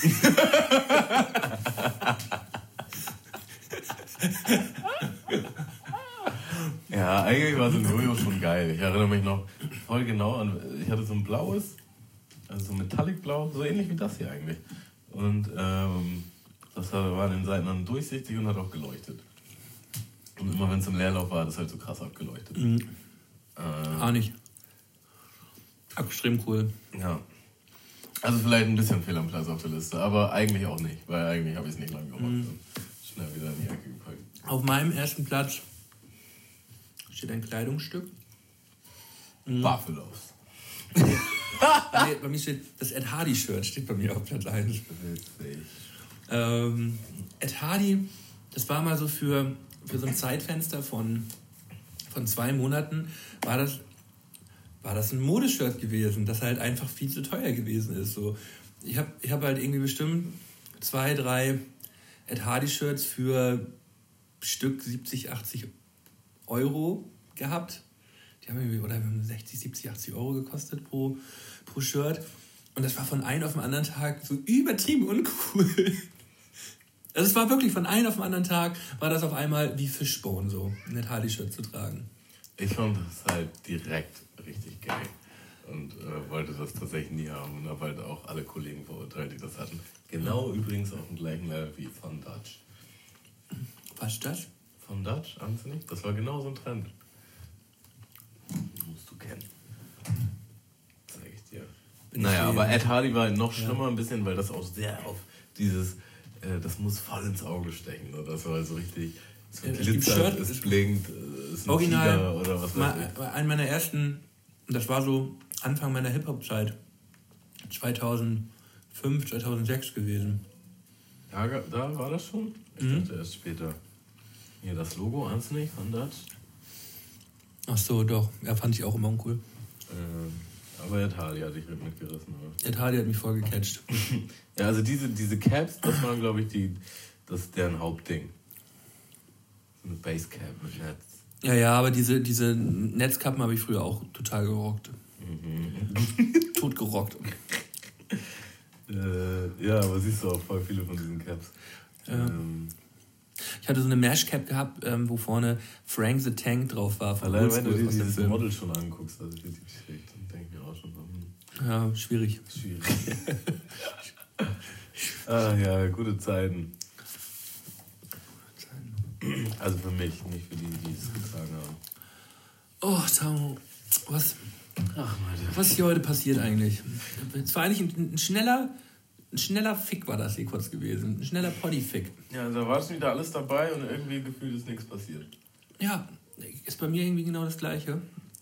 Ja, eigentlich war so ein Jojo schon geil. Ich erinnere mich noch voll genau an, ich hatte so ein blaues, also so Metallic Blau, so ähnlich wie das hier eigentlich. Und das war an den Seiten dann durchsichtig und hat auch geleuchtet. Und immer wenn es im Leerlauf war, hat es halt so krass abgeleuchtet. Nicht. Extrem cool. Ja. Also vielleicht ein bisschen fehl am Platz auf der Liste, aber eigentlich auch nicht, weil eigentlich habe ich es nicht lange gemacht und schnell wieder in die Ecke gepackt. Auf meinem ersten Platz steht ein Kleidungsstück. Buffalos. Nee, bei mir steht das Ed Hardy-Shirt, steht bei mir auf Platz 1. Ed Hardy, das war mal so für so ein Zeitfenster von 2 Monaten, war das ein Modeshirt gewesen, das halt einfach viel zu teuer gewesen ist. So. Ich hab halt irgendwie bestimmt 2, 3 Ed Hardy-Shirts für Stück 70, 80 Euro gehabt. Die haben irgendwie 60, 70, 80 Euro gekostet pro Shirt. Und das war von einem auf den anderen Tag so übertrieben uncool. Also es war wirklich von einem auf den anderen Tag, war das auf einmal wie Fishbone so, ein Ed Hardy-Shirt zu tragen. Ich fand das halt direkt richtig geil und wollte das tatsächlich nie haben und habe halt auch alle Kollegen verurteilt, die das hatten. Genau übrigens auf dem gleichen Level wie Von Dutch. Was ist das? Von Dutch, ahnst du nicht? Das war genau so ein Trend. Musst du kennen. Zeig ich dir. Naja, aber Ed Hardy war noch schlimmer ein bisschen, weil das auch sehr auf dieses, das muss voll ins Auge stechen. Oder? Das war so richtig, es glitzert, es blinkt, es ist ein Original, Tiger oder was weiß ich. Einen meiner ersten, das war so Anfang meiner Hip-Hop-Zeit, 2005, 2006 gewesen. Ja, da war das schon? Ich dachte erst später. Hier das Logo, ahnst du nicht, von Dutch? Ach so, doch. Ja, fand ich auch immer uncool. Aber Ed Hardy hat dich mitgerissen, oder? Ed Hardy hat mich voll gecatcht. Ja, also diese Caps, das waren, glaube ich, das ist deren Hauptding. So eine Basecap mit Netz. Ja, aber diese Netzkappen habe ich früher auch total gerockt. Tot gerockt. Ja, aber siehst du auch voll viele von diesen Caps. Ja. Ich hatte so eine Mesh-Cap gehabt, wo vorne Frank the Tank drauf war. Allein wenn du dir dieses Model schon anguckst, also richtig schräg, dann denke ich mir auch schon so. Ja, schwierig. Ja, gute Zeiten. Also für mich, nicht für die es getragen haben. Oh, Tamo, was ist hier heute passiert eigentlich? Es war eigentlich ein schneller Fick war das hier kurz gewesen. Ein schneller Poddy-Fick. Ja, da war schon wieder alles dabei und irgendwie gefühlt ist nichts passiert. Ja, ist bei mir irgendwie genau das Gleiche.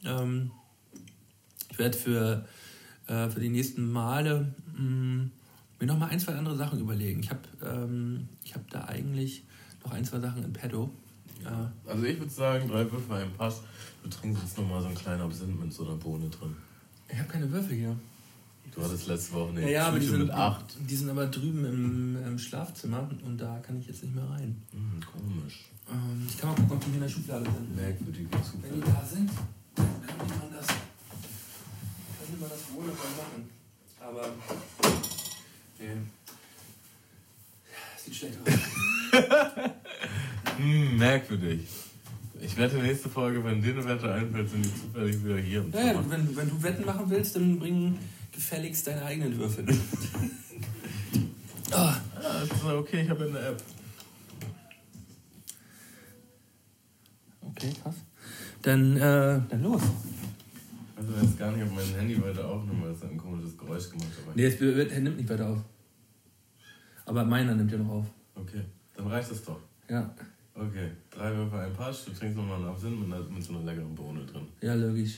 Ich werde für die nächsten Male mir noch mal 1, 2 andere Sachen überlegen. Ich hab da eigentlich noch 1, 2 Sachen in petto. Also ich würde sagen, 3 Würfel, ein Pass. Du trinkst jetzt nochmal so einen kleinen Absinth mit so einer Bohne drin. Ich habe keine Würfel hier. Du hattest letzte Woche eine aber Tüte mit 8. Die sind aber drüben im Schlafzimmer und da kann ich jetzt nicht mehr rein. Komisch. Ich kann mal gucken, ob die hier in der Schublade sind. Merkwürdige Zufälle. Wenn die da sind, könnte man das wohl noch mal machen. Aber nee. Sieht schlecht aus. Merkwürdig. Ich wette nächste Folge, wenn dir eine Wette einfällt, sind die zufällig wieder hier. Ja, wenn du Wetten machen willst, dann bring gefälligst deine eigenen Würfel. Das ist okay, ich habe eine App. Okay, krass. Dann los. Also jetzt gar nicht auf mein Handy weiter aufnehmen, weil es hat ein komisches Geräusch gemacht hat. Nee, er nimmt nicht weiter auf. Aber meiner nimmt ja noch auf. Okay, dann reicht es doch. Ja. Okay, 3 Würfel, ein Pass. Du trinkst nochmal einen Absinth mit so einer leckeren Bohne drin. Ja, logisch.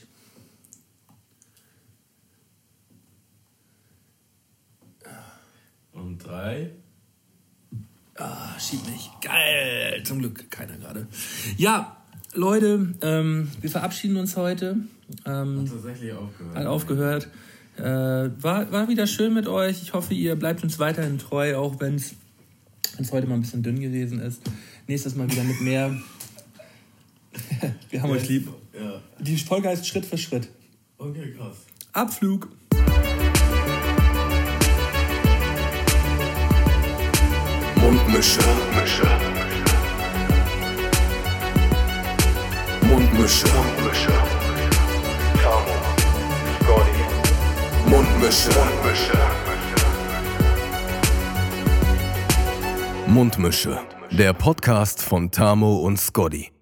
Und 3. Schieb mich. Geil. Zum Glück keiner gerade. Ja, Leute, wir verabschieden uns heute. Hat tatsächlich aufgehört. Hat aufgehört. War wieder schön mit euch. Ich hoffe, ihr bleibt uns weiterhin treu, auch wenn es heute mal ein bisschen dünn gewesen ist. Nächstes Mal wieder mit mehr. Wir haben euch lieb. Ja. Die Folge heißt Schritt für Schritt. Okay, krass. Abflug. Mundmische. Tamo, Scotty. Mundmische. Der Podcast von Tamo und Scotty.